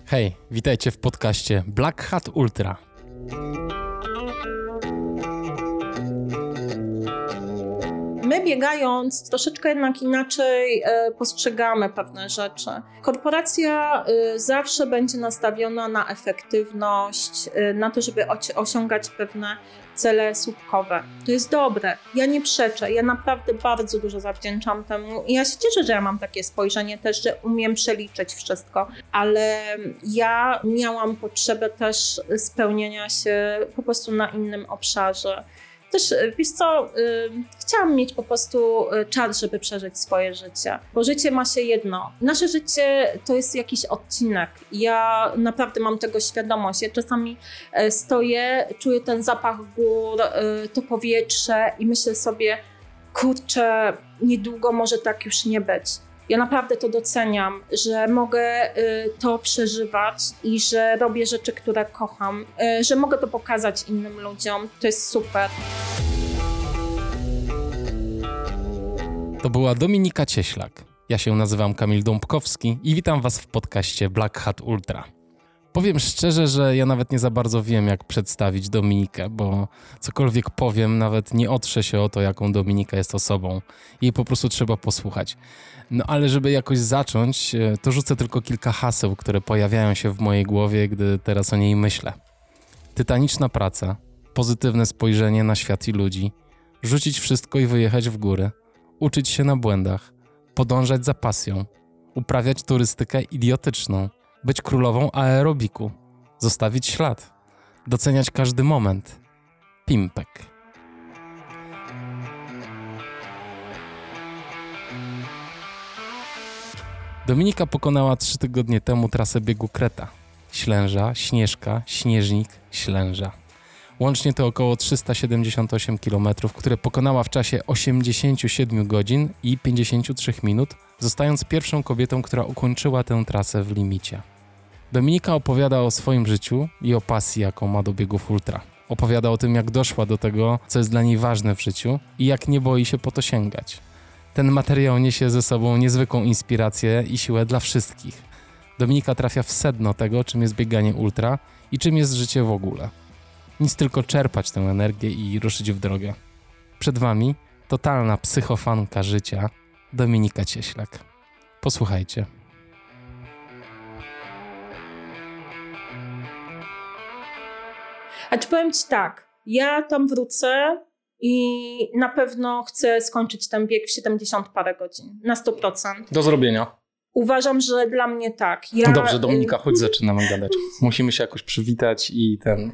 Hej, witajcie w podcaście Black Hat Ultra. My biegając troszeczkę jednak inaczej postrzegamy pewne rzeczy. Korporacja zawsze będzie nastawiona na efektywność, na to, żeby osiągać pewne cele słupkowe. To jest dobre. Ja nie przeczę. Ja naprawdę bardzo dużo zawdzięczam temu. I ja się cieszę, że ja mam takie spojrzenie też, że umiem przeliczyć wszystko. Ale ja miałam potrzebę też spełnienia się po prostu na innym obszarze. Też, wiesz co, chciałam mieć po prostu czas, żeby przeżyć swoje życie. Bo życie ma się jedno. Nasze życie to jest jakiś odcinek. Ja naprawdę mam tego świadomość. Ja czasami stoję, czuję ten zapach gór, to powietrze i myślę sobie, kurczę, niedługo może tak już nie być. Ja naprawdę to doceniam, że mogę to przeżywać i że robię rzeczy, które kocham, że mogę to pokazać innym ludziom. To jest super. To była Dominika Cieślak. Ja się nazywam Kamil Dąbkowski i witam Was w podcaście Black Hat Ultra. Powiem szczerze, że ja nawet nie za bardzo wiem, jak przedstawić Dominikę, bo cokolwiek powiem, nawet nie otrze się o to, jaką Dominika jest osobą. Jej po prostu trzeba posłuchać. No ale żeby jakoś zacząć, to rzucę tylko kilka haseł, które pojawiają się w mojej głowie, gdy teraz o niej myślę. Tytaniczna praca, pozytywne spojrzenie na świat i ludzi, rzucić wszystko i wyjechać w góry, uczyć się na błędach, podążać za pasją, uprawiać turystykę idiotyczną, być królową aerobiku, zostawić ślad, doceniać każdy moment. Pimpek. Dominika pokonała 3 tygodnie temu trasę biegu Kreta. Ślęża, Śnieżka, Śnieżnik, Ślęża. Łącznie to około 378 km, które pokonała w czasie 87 godzin i 53 minut, zostając pierwszą kobietą, która ukończyła tę trasę w limicie. Dominika opowiada o swoim życiu i o pasji, jaką ma do biegów ultra. Opowiada o tym, jak doszła do tego, co jest dla niej ważne w życiu i jak nie boi się po to sięgać. Ten materiał niesie ze sobą niezwykłą inspirację i siłę dla wszystkich. Dominika trafia w sedno tego, czym jest bieganie ultra i czym jest życie w ogóle. Nic tylko czerpać tę energię i ruszyć w drogę. Przed Wami totalna psychofanka życia, Dominika Cieślak. Posłuchajcie. A czy powiem Ci tak, ja tam wrócę i na pewno chcę skończyć ten bieg w 70 parę godzin, na 100%. Do zrobienia. Uważam, że dla mnie tak. Dobrze, Dominika, chodź zaczynamy gadać. Musimy się jakoś przywitać i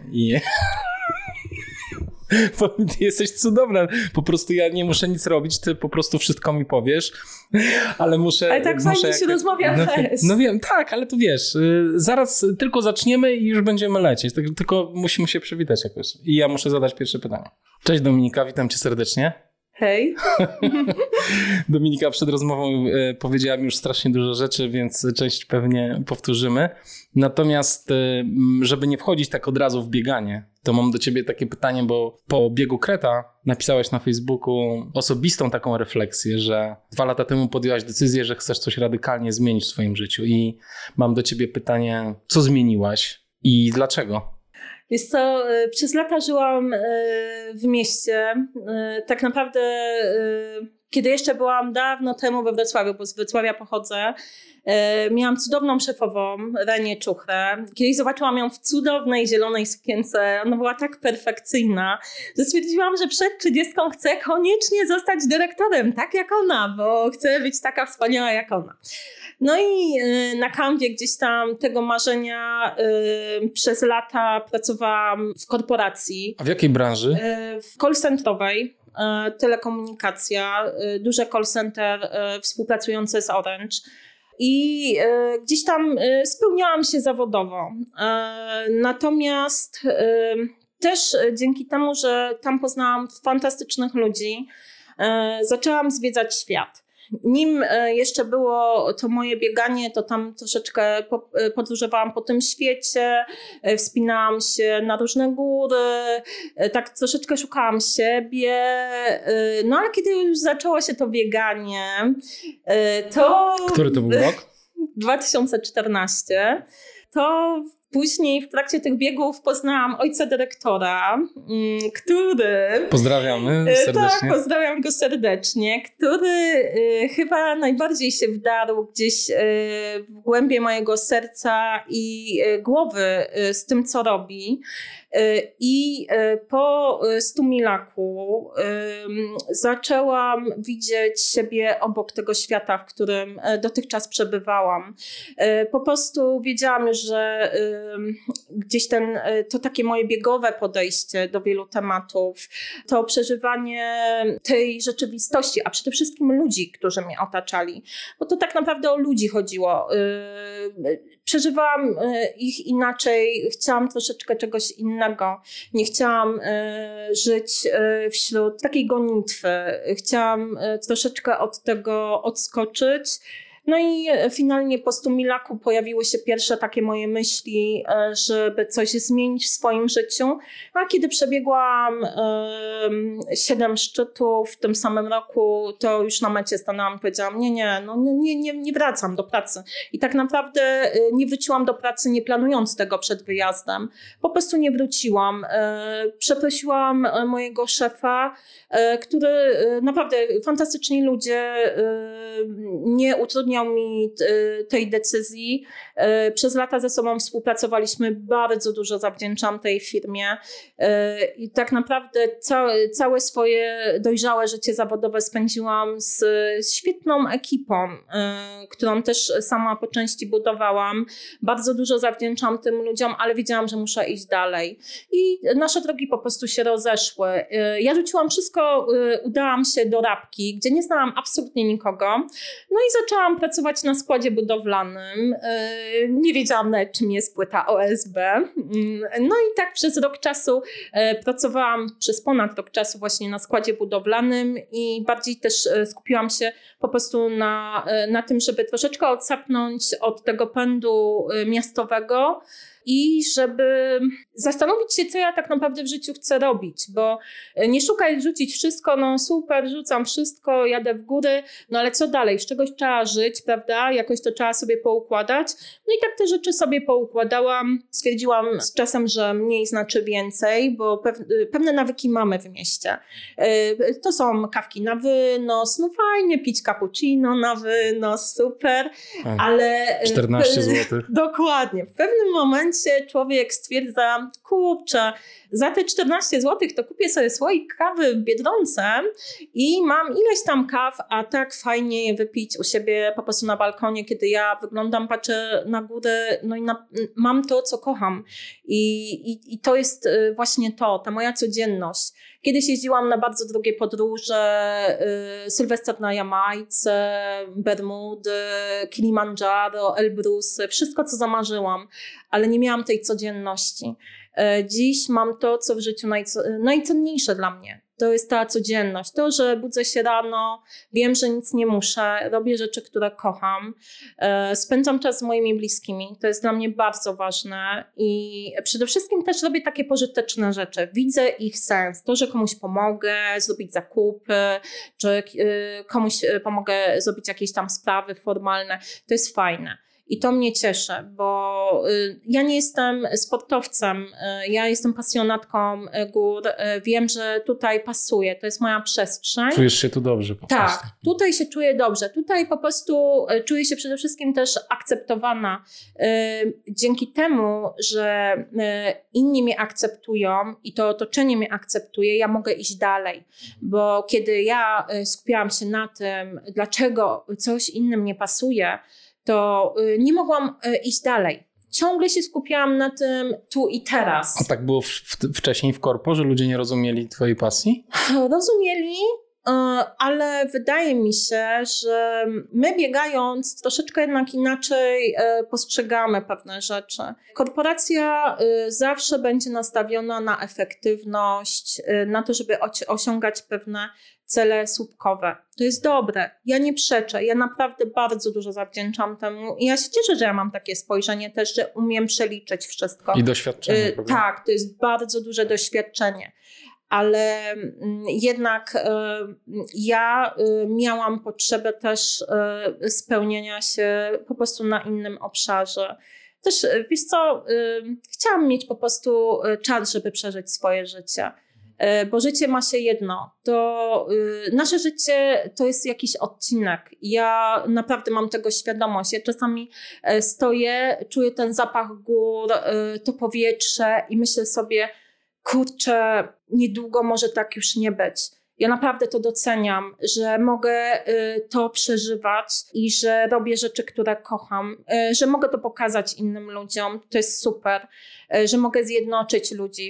Bo ty jesteś cudowna. Po prostu ja nie muszę nic robić, ty po prostu wszystko mi powiesz, ale muszę... Ale tak fajnie się rozmawia bez. No wiem, tak, ale to wiesz, zaraz tylko zaczniemy i już będziemy lecieć, tylko musimy się przywitać jakoś. I ja muszę zadać pierwsze pytanie. Cześć Dominika, witam cię serdecznie. Hej. Dominika przed rozmową powiedziała mi już strasznie dużo rzeczy, więc część pewnie powtórzymy. Natomiast, żeby nie wchodzić tak od razu w bieganie, to mam do ciebie takie pytanie, bo po biegu Kreta napisałaś na Facebooku osobistą taką refleksję, że 2 lata temu podjęłaś decyzję, że chcesz coś radykalnie zmienić w swoim życiu. I mam do ciebie pytanie, co zmieniłaś i dlaczego? Wiesz co, przez lata żyłam w mieście. Tak naprawdę, kiedy jeszcze byłam dawno temu we Wrocławiu, bo z Wrocławia pochodzę, miałam cudowną szefową, Renię Czuchrę. Kiedyś zobaczyłam ją w cudownej zielonej sukience. Ona była tak perfekcyjna, że stwierdziłam, że przed 30 chcę koniecznie zostać dyrektorem, tak jak ona, bo chcę być taka wspaniała jak ona. No i na kanwie gdzieś tam tego marzenia przez lata pracowałam w korporacji. A w jakiej branży? W call centrowej, telekomunikacja, duże call center współpracujące z Orange. I gdzieś tam spełniałam się zawodowo. Natomiast też dzięki temu, że tam poznałam fantastycznych ludzi, zaczęłam zwiedzać świat. Nim jeszcze było to moje bieganie, to tam troszeczkę podróżowałam po tym świecie, wspinałam się na różne góry, tak troszeczkę szukałam siebie. No ale kiedy już zaczęło się to bieganie, to... Który to był rok? 2014. to później w trakcie tych biegów poznałam ojca dyrektora, który... Pozdrawiamy serdecznie. Tak, pozdrawiam go serdecznie, który chyba najbardziej się wdarł gdzieś w głębie mojego serca i głowy z tym, co robi. I po Stumilaku zaczęłam widzieć siebie obok tego świata, w którym dotychczas przebywałam. Po prostu wiedziałam, że gdzieś to takie moje biegowe podejście do wielu tematów, to przeżywanie tej rzeczywistości, a przede wszystkim ludzi, którzy mnie otaczali, bo to tak naprawdę o ludzi chodziło. Przeżywałam ich inaczej, chciałam troszeczkę czegoś innego. Nie chciałam żyć wśród takiej gonitwy. Chciałam troszeczkę od tego odskoczyć. No i finalnie po Stumilaku pojawiły się pierwsze takie moje myśli, żeby coś zmienić w swoim życiu. A kiedy przebiegłam 7 szczytów w tym samym roku, to już na mecie stanęłam i powiedziałam, nie wracam do pracy. I tak naprawdę nie wróciłam do pracy, nie planując tego przed wyjazdem. Po prostu nie wróciłam. Przeprosiłam mojego szefa, który naprawdę fantastyczni ludzie, nie utrudniał mi tej decyzji. Przez lata ze sobą współpracowaliśmy, bardzo dużo zawdzięczam tej firmie i tak naprawdę całe swoje dojrzałe życie zawodowe spędziłam z świetną ekipą, którą też sama po części budowałam. Bardzo dużo zawdzięczam tym ludziom, ale wiedziałam, że muszę iść dalej. I nasze drogi po prostu się rozeszły. Ja rzuciłam wszystko, udałam się do Rabki, gdzie nie znałam absolutnie nikogo. No i zaczęłam pracować na składzie budowlanym. Nie wiedziałam nawet, czym jest płyta OSB. No i tak przez rok czasu pracowałam, przez ponad rok czasu właśnie na składzie budowlanym i bardziej też skupiłam się po prostu na tym, żeby troszeczkę odsapnąć od tego pędu miastowego i żeby zastanowić się, co ja tak naprawdę w życiu chcę robić, bo nie szukaj rzucić wszystko, no super, rzucam wszystko, jadę w góry, no ale co dalej? Z czegoś trzeba żyć, prawda? Jakoś to trzeba sobie poukładać. No i tak te rzeczy sobie poukładałam. Stwierdziłam z czasem, że mniej znaczy więcej, bo pewne nawyki mamy w mieście. To są kawki na wynos, no fajnie, pić cappuccino na wynos, super, ale... 14 zł. Dokładnie. W pewnym momencie człowiek stwierdza, kurczę, za te 14 zł to kupię sobie słoik kawy w Biedronce i mam ileś tam kaw, a tak fajnie je wypić u siebie po prostu na balkonie, kiedy ja wyglądam, patrzę na górę, no i mam to, co kocham. I to jest właśnie to, ta moja codzienność. Kiedyś jeździłam na bardzo drogie podróże, Sylwester na Jamajce, Bermudy, Kilimandżaro, Elbrusy, wszystko co zamarzyłam, ale nie miałam tej codzienności. Dziś mam to, co w życiu najcenniejsze dla mnie. To jest ta codzienność. To, że budzę się rano, wiem, że nic nie muszę, robię rzeczy, które kocham, spędzam czas z moimi bliskimi. To jest dla mnie bardzo ważne i przede wszystkim też robię takie pożyteczne rzeczy. Widzę ich sens. To, że komuś pomogę zrobić zakupy, czy komuś pomogę zrobić jakieś tam sprawy formalne, to jest fajne. I to mnie cieszy, bo ja nie jestem sportowcem, ja jestem pasjonatką gór, wiem, że tutaj pasuje, to jest moja przestrzeń. Czujesz się tu dobrze po prostu. Tak, tutaj się czuję dobrze, tutaj po prostu czuję się przede wszystkim też akceptowana. Dzięki temu, że inni mnie akceptują i to otoczenie mnie akceptuje, ja mogę iść dalej, bo kiedy ja skupiałam się na tym, dlaczego coś innym nie pasuje, to nie mogłam iść dalej. Ciągle się skupiałam na tym tu i teraz. A tak było wcześniej w korpo, że ludzie nie rozumieli twojej pasji? Rozumieli, ale wydaje mi się, że my biegając troszeczkę jednak inaczej postrzegamy pewne rzeczy. Korporacja zawsze będzie nastawiona na efektywność, na to, żeby osiągać pewne cele słupkowe. To jest dobre. Ja nie przeczę. Ja naprawdę bardzo dużo zawdzięczam temu. I ja się cieszę, że ja mam takie spojrzenie też, że umiem przeliczyć wszystko. I doświadczenie. Tak, to jest bardzo duże doświadczenie. Ale jednak ja miałam potrzebę też spełnienia się po prostu na innym obszarze. też, wiesz co, chciałam mieć po prostu czas, żeby przeżyć swoje życie. Bo życie ma się jedno. Nasze życie to jest jakiś odcinek. Ja naprawdę mam tego świadomość. Ja czasami stoję, czuję ten zapach gór, to powietrze i myślę sobie, kurczę, niedługo może tak już nie być. Ja naprawdę to doceniam, że mogę to przeżywać i że robię rzeczy, które kocham, że mogę to pokazać innym ludziom. To jest super, że mogę zjednoczyć ludzi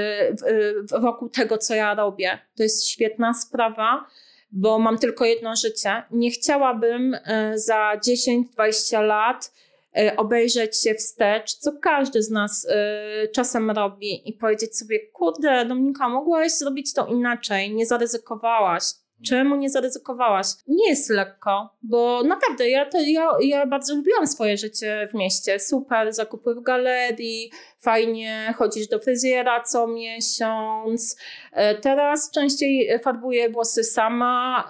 wokół tego, co ja robię. To jest świetna sprawa, bo mam tylko jedno życie. Nie chciałabym za 10-20 lat obejrzeć się wstecz, co każdy z nas czasem robi i powiedzieć sobie, kurde, Dominika, mogłaś zrobić to inaczej, nie zaryzykowałaś. Czemu nie zaryzykowałaś? Nie jest lekko, bo naprawdę ja bardzo lubiłam swoje życie w mieście. Super, zakupy w galerii, fajnie, chodzisz do fryzjera co miesiąc. Teraz częściej farbuję włosy sama.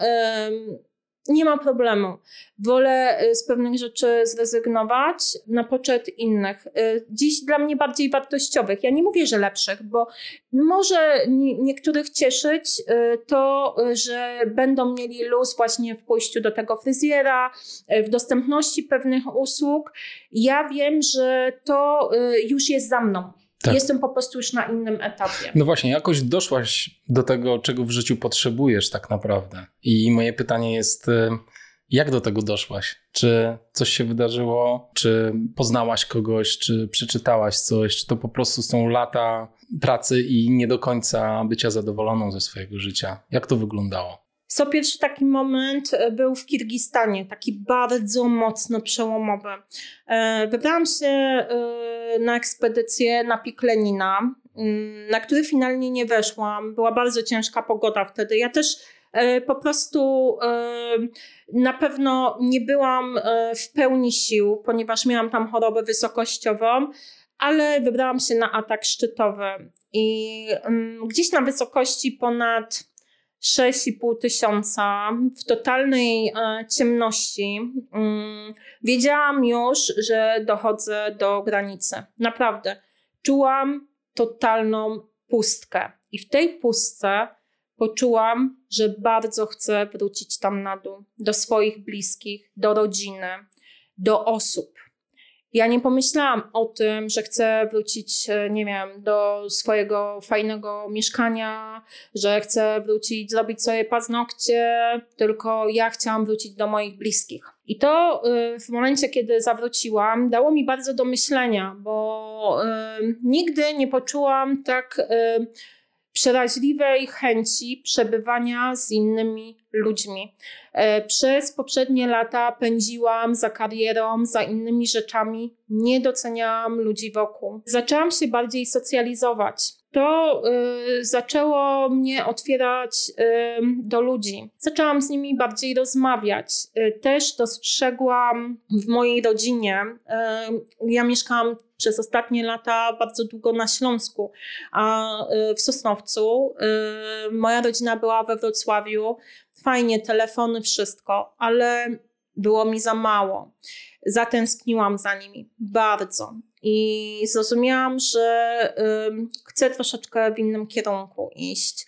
Nie ma problemu. Wolę z pewnych rzeczy zrezygnować na poczet innych. Dziś dla mnie bardziej wartościowych. Ja nie mówię, że lepszych, bo może niektórych cieszyć to, że będą mieli luz właśnie w pójściu do tego fryzjera, w dostępności pewnych usług. Ja wiem, że to już jest za mną. Tak. Jestem po prostu już na innym etapie. No właśnie, jakoś doszłaś do tego, czego w życiu potrzebujesz tak naprawdę. I moje pytanie jest, jak do tego doszłaś? Czy coś się wydarzyło? Czy poznałaś kogoś? Czy przeczytałaś coś? Czy to po prostu są lata pracy i nie do końca bycia zadowoloną ze swojego życia? Jak to wyglądało? Pierwszy taki moment był w Kirgistanie, taki bardzo mocno przełomowy. Wybrałam się na ekspedycję na Pik Lenina, na który finalnie nie weszłam. Była bardzo ciężka pogoda wtedy. Ja też po prostu na pewno nie byłam w pełni sił, ponieważ miałam tam chorobę wysokościową, ale wybrałam się na atak szczytowy. I gdzieś na wysokości ponad 6,5 tysiąca w totalnej ciemności wiedziałam już, że dochodzę do granicy. Naprawdę. Czułam totalną pustkę. I w tej pustce poczułam, że bardzo chcę wrócić tam na dół. Do swoich bliskich, do rodziny, do osób. Ja nie pomyślałam o tym, że chcę wrócić, nie wiem, do swojego fajnego mieszkania, że chcę wrócić, zrobić sobie paznokcie, tylko ja chciałam wrócić do moich bliskich. I to w momencie, kiedy zawróciłam, dało mi bardzo do myślenia, bo nigdy nie poczułam tak przeraźliwej chęci przebywania z innymi ludźmi. Przez poprzednie lata pędziłam za karierą, za innymi rzeczami, nie doceniałam ludzi wokół. Zaczęłam się bardziej socjalizować. To zaczęło mnie otwierać do ludzi. Zaczęłam z nimi bardziej rozmawiać. Też dostrzegłam w mojej rodzinie, ja mieszkałam przez ostatnie lata bardzo długo na Śląsku, a w Sosnowcu. Moja rodzina była we Wrocławiu. Fajnie, telefony, wszystko, ale było mi za mało. Zatęskniłam za nimi bardzo i zrozumiałam, że chcę troszeczkę w innym kierunku iść.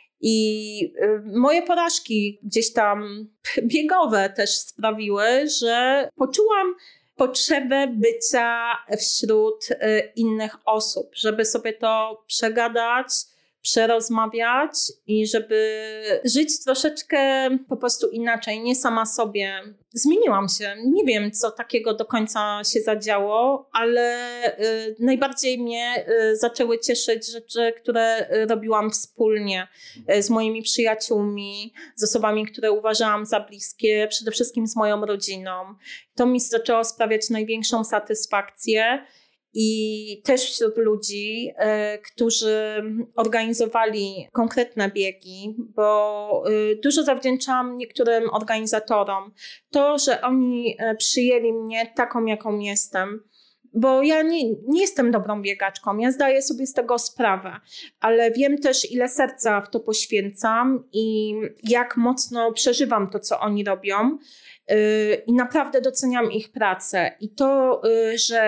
I moje porażki gdzieś tam biegowe też sprawiły, że poczułam potrzebę bycia wśród innych osób, żeby sobie to przegadać, przerozmawiać i żeby żyć troszeczkę po prostu inaczej, nie sama sobie. Zmieniłam się. Nie wiem, co takiego do końca się zadziało, ale najbardziej mnie zaczęły cieszyć rzeczy, które robiłam wspólnie z moimi przyjaciółmi, z osobami, które uważałam za bliskie, przede wszystkim z moją rodziną. To mi zaczęło sprawiać największą satysfakcję. I też wśród ludzi, którzy organizowali konkretne biegi, bo dużo zawdzięczam niektórym organizatorom. To, że oni przyjęli mnie taką, jaką jestem, bo ja nie jestem dobrą biegaczką, ja zdaję sobie z tego sprawę, ale wiem też, ile serca w to poświęcam i jak mocno przeżywam to, co oni robią i naprawdę doceniam ich pracę. I to, że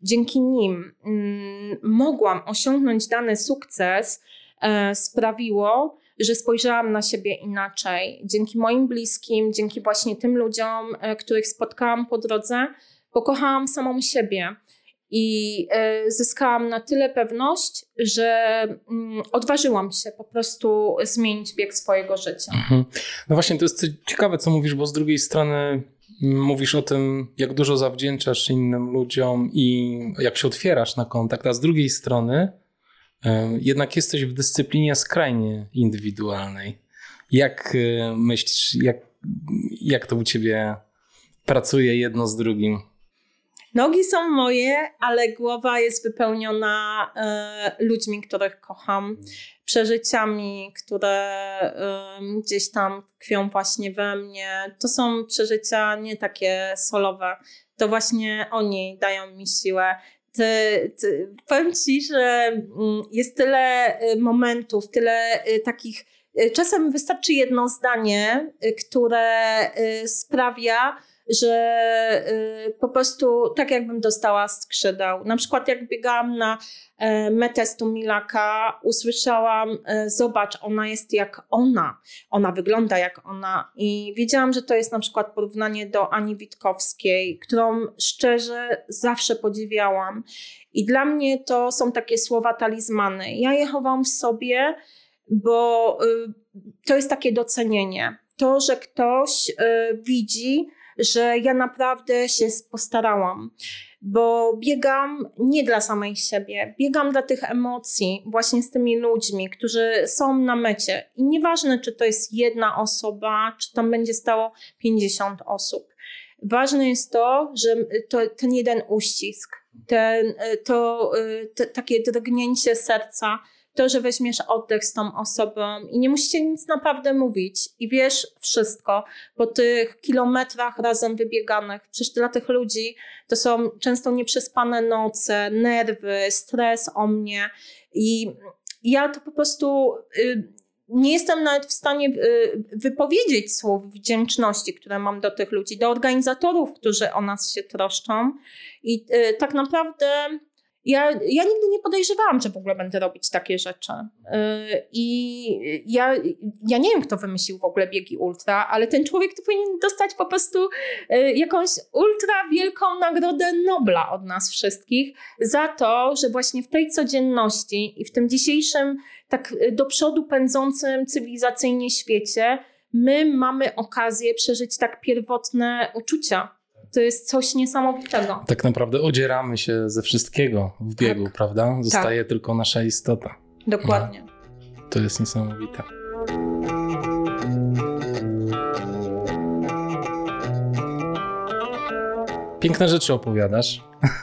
dzięki nim mogłam osiągnąć dany sukces, sprawiło, że spojrzałam na siebie inaczej. Dzięki moim bliskim, dzięki właśnie tym ludziom, których spotkałam po drodze, pokochałam samą siebie i zyskałam na tyle pewność, że odważyłam się po prostu zmienić bieg swojego życia. No właśnie, to jest ciekawe, co mówisz, bo z drugiej strony mówisz o tym, jak dużo zawdzięczasz innym ludziom i jak się otwierasz na kontakt, a z drugiej strony jednak jesteś w dyscyplinie skrajnie indywidualnej. Jak myślisz, jak to u ciebie pracuje jedno z drugim? Nogi są moje, ale głowa jest wypełniona ludźmi, których kocham, przeżyciami, które gdzieś tam tkwią właśnie we mnie. To są przeżycia nie takie solowe, to właśnie oni dają mi siłę. Powiem ci, że jest tyle momentów, tyle takich, czasem wystarczy jedno zdanie, które sprawia, że po prostu tak jakbym dostała skrzydeł. Na przykład jak biegałam na metę 100 milaka, usłyszałam: zobacz, ona jest jak ona wygląda jak ona, i wiedziałam, że to jest na przykład porównanie do Ani Witkowskiej, którą szczerze zawsze podziwiałam, i dla mnie to są takie słowa talizmany. Ja je chowam w sobie, bo to jest takie docenienie. To, że ktoś widzi, że ja naprawdę się postarałam, bo biegam nie dla samej siebie, biegam dla tych emocji, właśnie z tymi ludźmi, którzy są na mecie. I nieważne, czy to jest jedna osoba, czy tam będzie stało 50 osób. Ważne jest to, że ten jeden uścisk, takie drgnięcie serca, to, że weźmiesz oddech z tą osobą i nie musicie nic naprawdę mówić i wiesz wszystko po tych kilometrach razem wybieganych. Przecież dla tych ludzi to są często nieprzespane noce, nerwy, stres o mnie, i ja to po prostu nie jestem nawet w stanie wypowiedzieć słów wdzięczności, które mam do tych ludzi, do organizatorów, którzy o nas się troszczą, i tak naprawdę ja nigdy nie podejrzewałam, że w ogóle będę robić takie rzeczy. I ja nie wiem, kto wymyślił w ogóle biegi ultra, ale ten człowiek to powinien dostać po prostu jakąś ultra wielką nagrodę Nobla od nas wszystkich za to, że właśnie w tej codzienności i w tym dzisiejszym tak do przodu pędzącym cywilizacyjnie świecie my mamy okazję przeżyć tak pierwotne uczucia. To jest coś niesamowitego. Tak naprawdę odzieramy się ze wszystkiego w biegu, tak, prawda? Zostaje tylko nasza istota. Dokładnie. No, to jest niesamowite. Piękne rzeczy opowiadasz.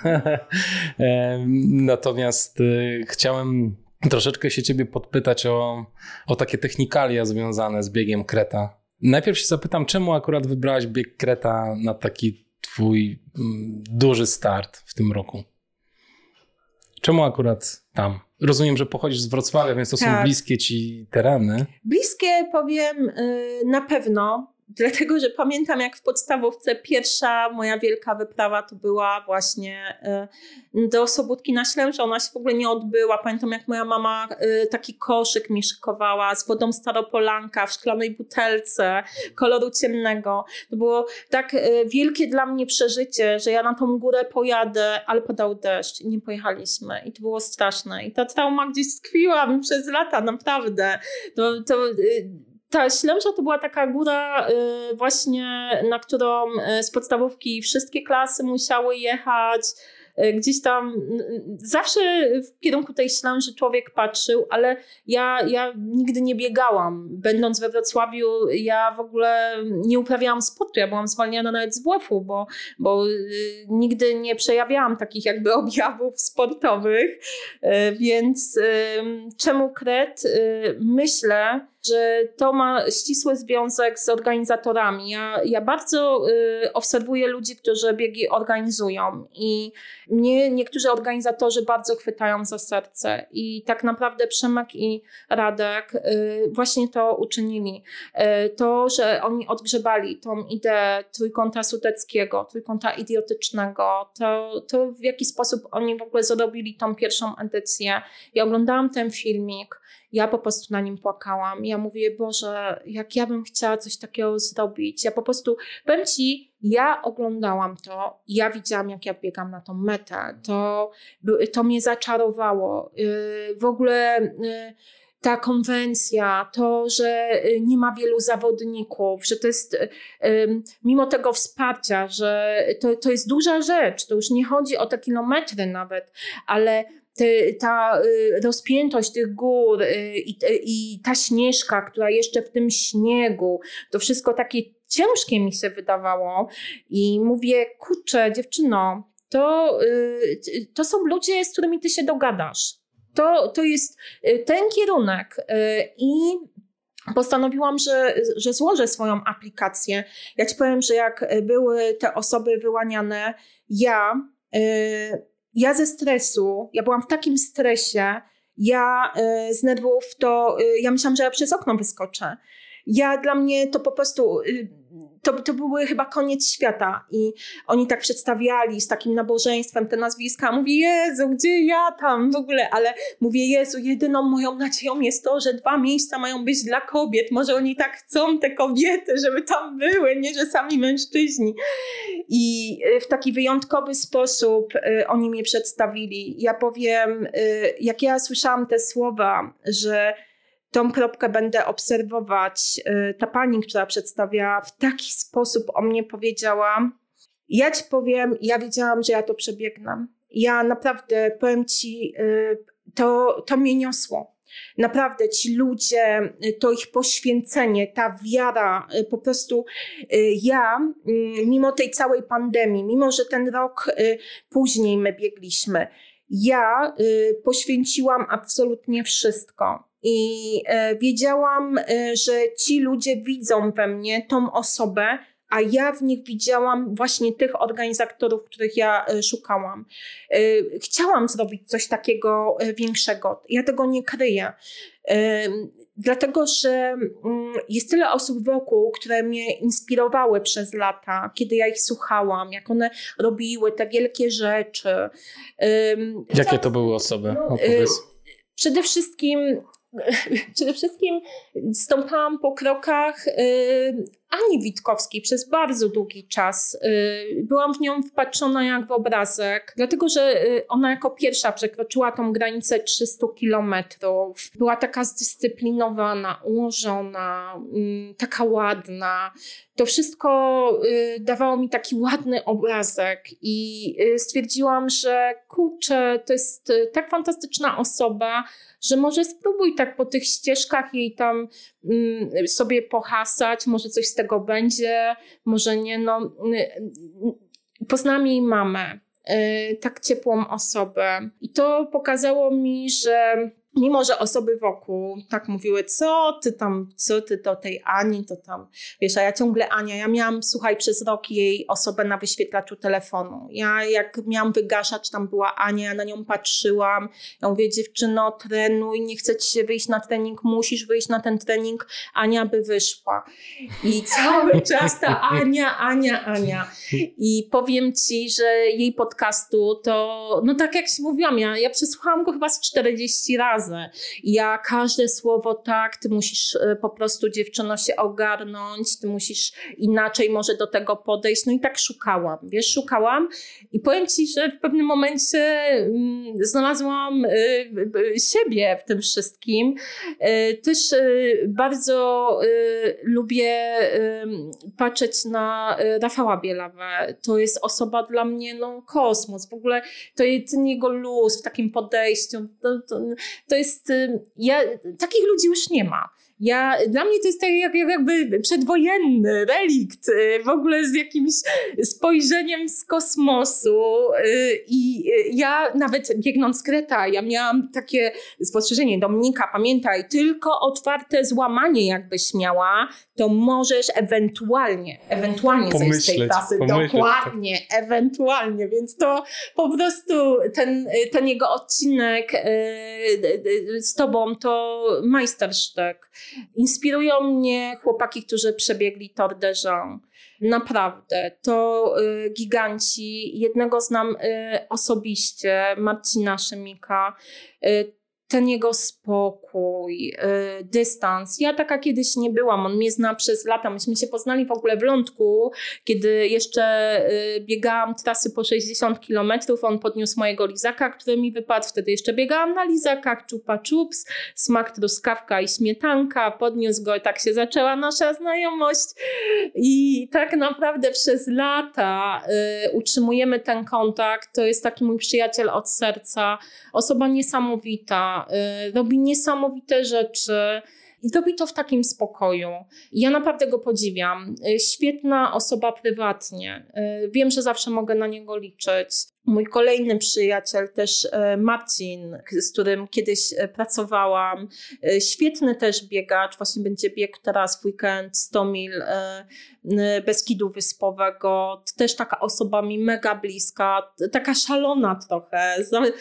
Natomiast chciałem troszeczkę się ciebie podpytać o takie technikalia związane z biegiem Kreta. Najpierw się zapytam, czemu akurat wybrałaś bieg Kreta na taki twój duży start w tym roku? Czemu akurat tam? Rozumiem, że pochodzisz z Wrocławia, więc to są bliskie ci tereny. Bliskie, powiem, na pewno. Dlatego, że pamiętam, jak w podstawówce pierwsza moja wielka wyprawa to była właśnie do Sobótki na Ślęże. Ona się w ogóle nie odbyła. Pamiętam, jak moja mama taki koszyk mi szykowała z wodą Staropolanka w szklanej butelce koloru ciemnego. To było tak wielkie dla mnie przeżycie, że ja na tą górę pojadę, ale padał deszcz i nie pojechaliśmy. I to było straszne. I ta trauma gdzieś tkwiła mi przez lata, naprawdę. Ta Ślęża to była taka góra właśnie, na którą z podstawówki wszystkie klasy musiały jechać. Gdzieś tam zawsze w kierunku tej Ślęży człowiek patrzył, ale ja nigdy nie biegałam. Będąc we Wrocławiu, ja w ogóle nie uprawiałam sportu. Ja byłam zwalniana nawet z WF-u, bo nigdy nie przejawiałam takich jakby objawów sportowych. Więc czemu Kret? Myślę, że to ma ścisły związek z organizatorami. Ja bardzo obserwuję ludzi, którzy biegi organizują i mnie niektórzy organizatorzy bardzo chwytają za serce i tak naprawdę Przemek i Radek właśnie to uczynili. To, że oni odgrzebali tą ideę trójkąta sudeckiego, trójkąta idiotycznego, to w jaki sposób oni w ogóle zrobili tą pierwszą edycję. Ja oglądałam ten filmik, ja po prostu na nim płakałam. Ja mówię, Boże, jak ja bym chciała coś takiego zrobić. Ja po prostu, powiem Ci, ja oglądałam to i ja widziałam, jak ja biegam na tą metę. To mnie zaczarowało. W ogóle ta konwencja, to, że nie ma wielu zawodników, że to jest mimo tego wsparcia, że to jest duża rzecz, to już nie chodzi o te kilometry nawet, ale ta rozpiętość tych gór i ta Śnieżka, która jeszcze w tym śniegu, to wszystko takie ciężkie mi się wydawało i mówię, kurczę, dziewczyno, to są ludzie, z którymi ty się dogadasz. To jest ten kierunek i postanowiłam, że złożę swoją aplikację. Ja ci powiem, że jak były te osoby wyłaniane, ja ze stresu, ja byłam w takim stresie, ja z nerwów, ja myślałam, że ja przez okno wyskoczę. Dla mnie to po prostu, to były chyba koniec świata i oni tak przedstawiali z takim nabożeństwem te nazwiska. Mówię, Jezu, gdzie ja tam w ogóle? Ale mówię, Jezu, jedyną moją nadzieją jest to, że 2 miejsca mają być dla kobiet. Może oni tak chcą te kobiety, żeby tam były, nie że sami mężczyźni. I w taki wyjątkowy sposób oni mnie przedstawili. Ja powiem, jak ja słyszałam te słowa, że tą kropkę będę obserwować. Ta pani, która przedstawia w taki sposób o mnie powiedziała, ja ci powiem, ja wiedziałam, że ja to przebiegnę. Ja naprawdę, powiem ci, to mnie niosło. Naprawdę ci ludzie, to ich poświęcenie, ta wiara, po prostu ja, mimo tej całej pandemii, mimo że ten rok później my biegliśmy, ja poświęciłam absolutnie wszystko. I wiedziałam, że ci ludzie widzą we mnie tą osobę, a ja w nich widziałam właśnie tych organizatorów, których ja szukałam. Chciałam zrobić coś takiego większego. Ja tego nie kryję. Dlatego, że jest tyle osób wokół, które mnie inspirowały przez lata, kiedy ja ich słuchałam, jak one robiły te wielkie rzeczy. Jakie to były osoby? Przede wszystkim stąpałam po krokach Ani Witkowskiej przez bardzo długi czas. Byłam w nią wpatrzona jak w obrazek, dlatego że ona jako pierwsza przekroczyła tą granicę 300 kilometrów. Była taka zdyscyplinowana, ułożona, taka ładna. To wszystko dawało mi taki ładny obrazek i stwierdziłam, że kurczę, to jest tak fantastyczna osoba, że może spróbuj tak po tych ścieżkach jej tam sobie pohasać, może coś z tego będzie, może nie. No, poznałam jej mamę, tak ciepłą osobę i to pokazało mi, że mimo, że osoby wokół tak mówiły, co ty do tej Ani, to tam, wiesz, a ja ciągle Ania, ja miałam, słuchaj, przez rok jej osobę na wyświetlaczu telefonu. Ja jak miałam wygaszacz, tam była Ania, ja na nią patrzyłam, ja mówię, dziewczyno, trenuj, nie chce ci się wyjść na trening, musisz wyjść na ten trening, Ania by wyszła. I cały czas ta Ania. I powiem ci, że jej podcastu to, no tak jak ci mówiłam, ja przesłuchałam go chyba z 40 razy. Ja każde słowo tak, ty musisz po prostu, dziewczyno, się ogarnąć, ty musisz inaczej może do tego podejść. No i tak szukałam i powiem ci, że w pewnym momencie znalazłam siebie w tym wszystkim. Też bardzo lubię patrzeć na Rafała Bielawę. To jest osoba dla mnie, no kosmos. W ogóle to jest ten jego luz w takim podejściu. To jest, takich ludzi już nie ma. Dla mnie to jest tak jakby przedwojenny relikt, w ogóle z jakimś spojrzeniem z kosmosu. I ja nawet biegnąc Kreta, ja miałam takie spostrzeżenie: Dominika, pamiętaj, tylko otwarte złamanie jakbyś miała, to możesz ewentualnie coś z tej trasy. Dokładnie, ewentualnie. Więc to po prostu ten jego odcinek z tobą to majstersztyk. Inspirują mnie chłopaki, którzy przebiegli Tor de Jean. Naprawdę, to giganci. Jednego znam osobiście, Marcina Szymika. Ten jego spokój, dystans. Ja taka kiedyś nie byłam, on mnie zna przez lata. Myśmy się poznali w ogóle w Lądku, kiedy jeszcze biegałam trasy po 60 kilometrów. On podniósł mojego lizaka, który mi wypadł. Wtedy jeszcze biegałam na lizakach, Chupa Chups, smak truskawka i śmietanka. Podniósł go i tak się zaczęła nasza znajomość. I tak naprawdę przez lata utrzymujemy ten kontakt. To jest taki mój przyjaciel od serca. Osoba niesamowita. Robi niesamowite rzeczy i robi to w takim spokoju. Ja naprawdę go podziwiam. Świetna osoba prywatnie. Wiem, że zawsze mogę na niego liczyć. Mój kolejny przyjaciel też Marcin, z którym kiedyś pracowałam. Świetny też biegacz. Właśnie będzie biegł teraz w weekend 100 mil Beskidu Wyspowego. Też taka osoba mi mega bliska. Taka szalona trochę.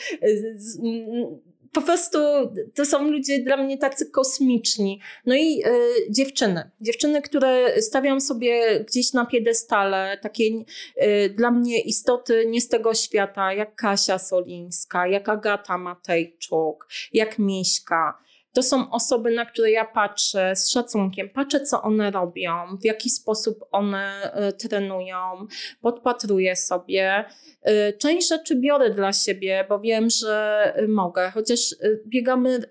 Po prostu to są ludzie dla mnie tacy kosmiczni. No i dziewczyny, które stawiam sobie gdzieś na piedestale, takie dla mnie istoty nie z tego świata, jak Kasia Solińska, jak Agata Matejczuk, jak Miśka. To są osoby, na które ja patrzę z szacunkiem, patrzę, co one robią, w jaki sposób one trenują, podpatruję sobie. Część rzeczy biorę dla siebie, bo wiem, że mogę, chociaż biegamy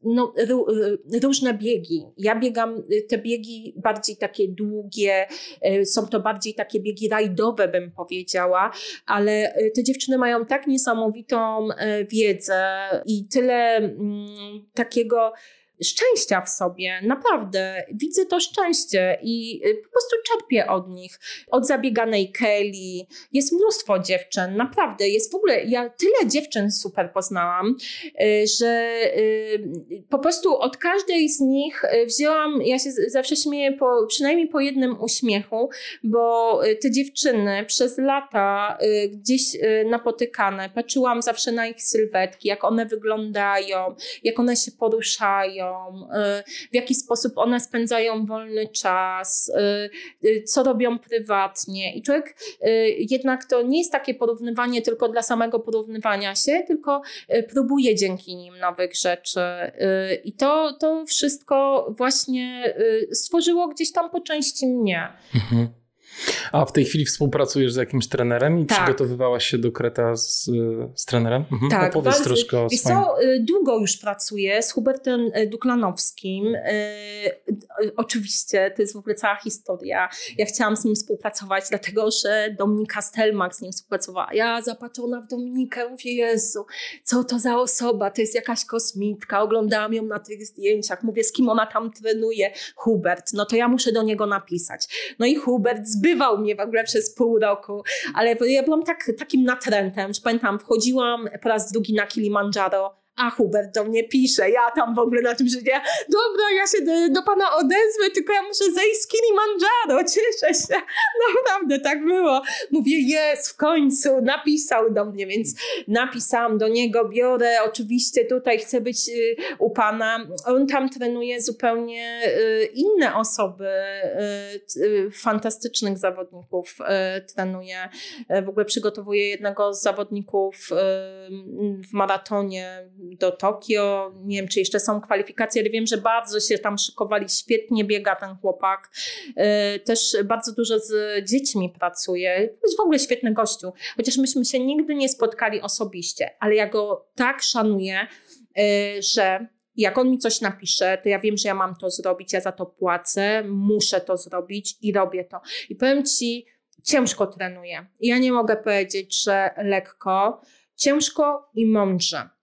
różne biegi. Ja biegam te biegi bardziej takie długie, są to bardziej takie biegi rajdowe, bym powiedziała, ale te dziewczyny mają tak niesamowitą wiedzę i tyle takiego szczęścia w sobie, naprawdę. Widzę to szczęście i po prostu czerpię od nich. Od zabieganej Kelly. Jest mnóstwo dziewczyn, naprawdę. Jest w ogóle, ja tyle dziewczyn super poznałam, że po prostu od każdej z nich wzięłam, ja się zawsze śmieję przynajmniej po jednym uśmiechu, bo te dziewczyny przez lata gdzieś napotykane, patrzyłam zawsze na ich sylwetki, jak one wyglądają, jak one się poruszają, w jaki sposób one spędzają wolny czas, co robią prywatnie. I człowiek jednak to nie jest takie porównywanie tylko dla samego porównywania się, tylko próbuje dzięki nim nowych rzeczy. I to wszystko właśnie stworzyło gdzieś tam po części mnie. Mhm. A w tej chwili współpracujesz z jakimś trenerem i przygotowywałaś się do Kreta z trenerem? Mhm. Tak. Opowiedz troszkę o swoim... Długo już pracuję z Hubertem Duklanowskim. Oczywiście to jest w ogóle cała historia. Ja chciałam z nim współpracować, dlatego że Dominika Stelmach z nim współpracowała. Ja zapatrzona w Dominikę, mówię, Jezu, co to za osoba? To jest jakaś kosmitka. Oglądałam ją na tych zdjęciach. Mówię, z kim ona tam trenuje? Hubert. No to ja muszę do niego napisać. No i Hubert zbywał mnie w ogóle przez pół roku, ale ja byłam takim natrętem, że pamiętam, wchodziłam po raz drugi na Kilimandżaro, a Hubert do mnie pisze, ja tam w ogóle na tym życie, dobra, ja się do pana odezwę, tylko ja muszę zejść z Kilimandżaro, cieszę się, naprawdę tak było. Mówię, jest, w końcu napisał do mnie, więc napisałam do niego, biorę, oczywiście tutaj chcę być u pana. On tam trenuje zupełnie inne osoby, fantastycznych zawodników trenuje. W ogóle przygotowuje jednego z zawodników w maratonie do Tokio. Nie wiem, czy jeszcze są kwalifikacje, ale wiem, że bardzo się tam szykowali. Świetnie biega ten chłopak. Też bardzo dużo z dziećmi pracuje. Jest w ogóle świetny gościu. Chociaż myśmy się nigdy nie spotkali osobiście, ale ja go tak szanuję, że jak on mi coś napisze, to ja wiem, że ja mam to zrobić, ja za to płacę, muszę to zrobić i robię to. I powiem ci, ciężko trenuję. Ja nie mogę powiedzieć, że lekko. Ciężko i mądrze.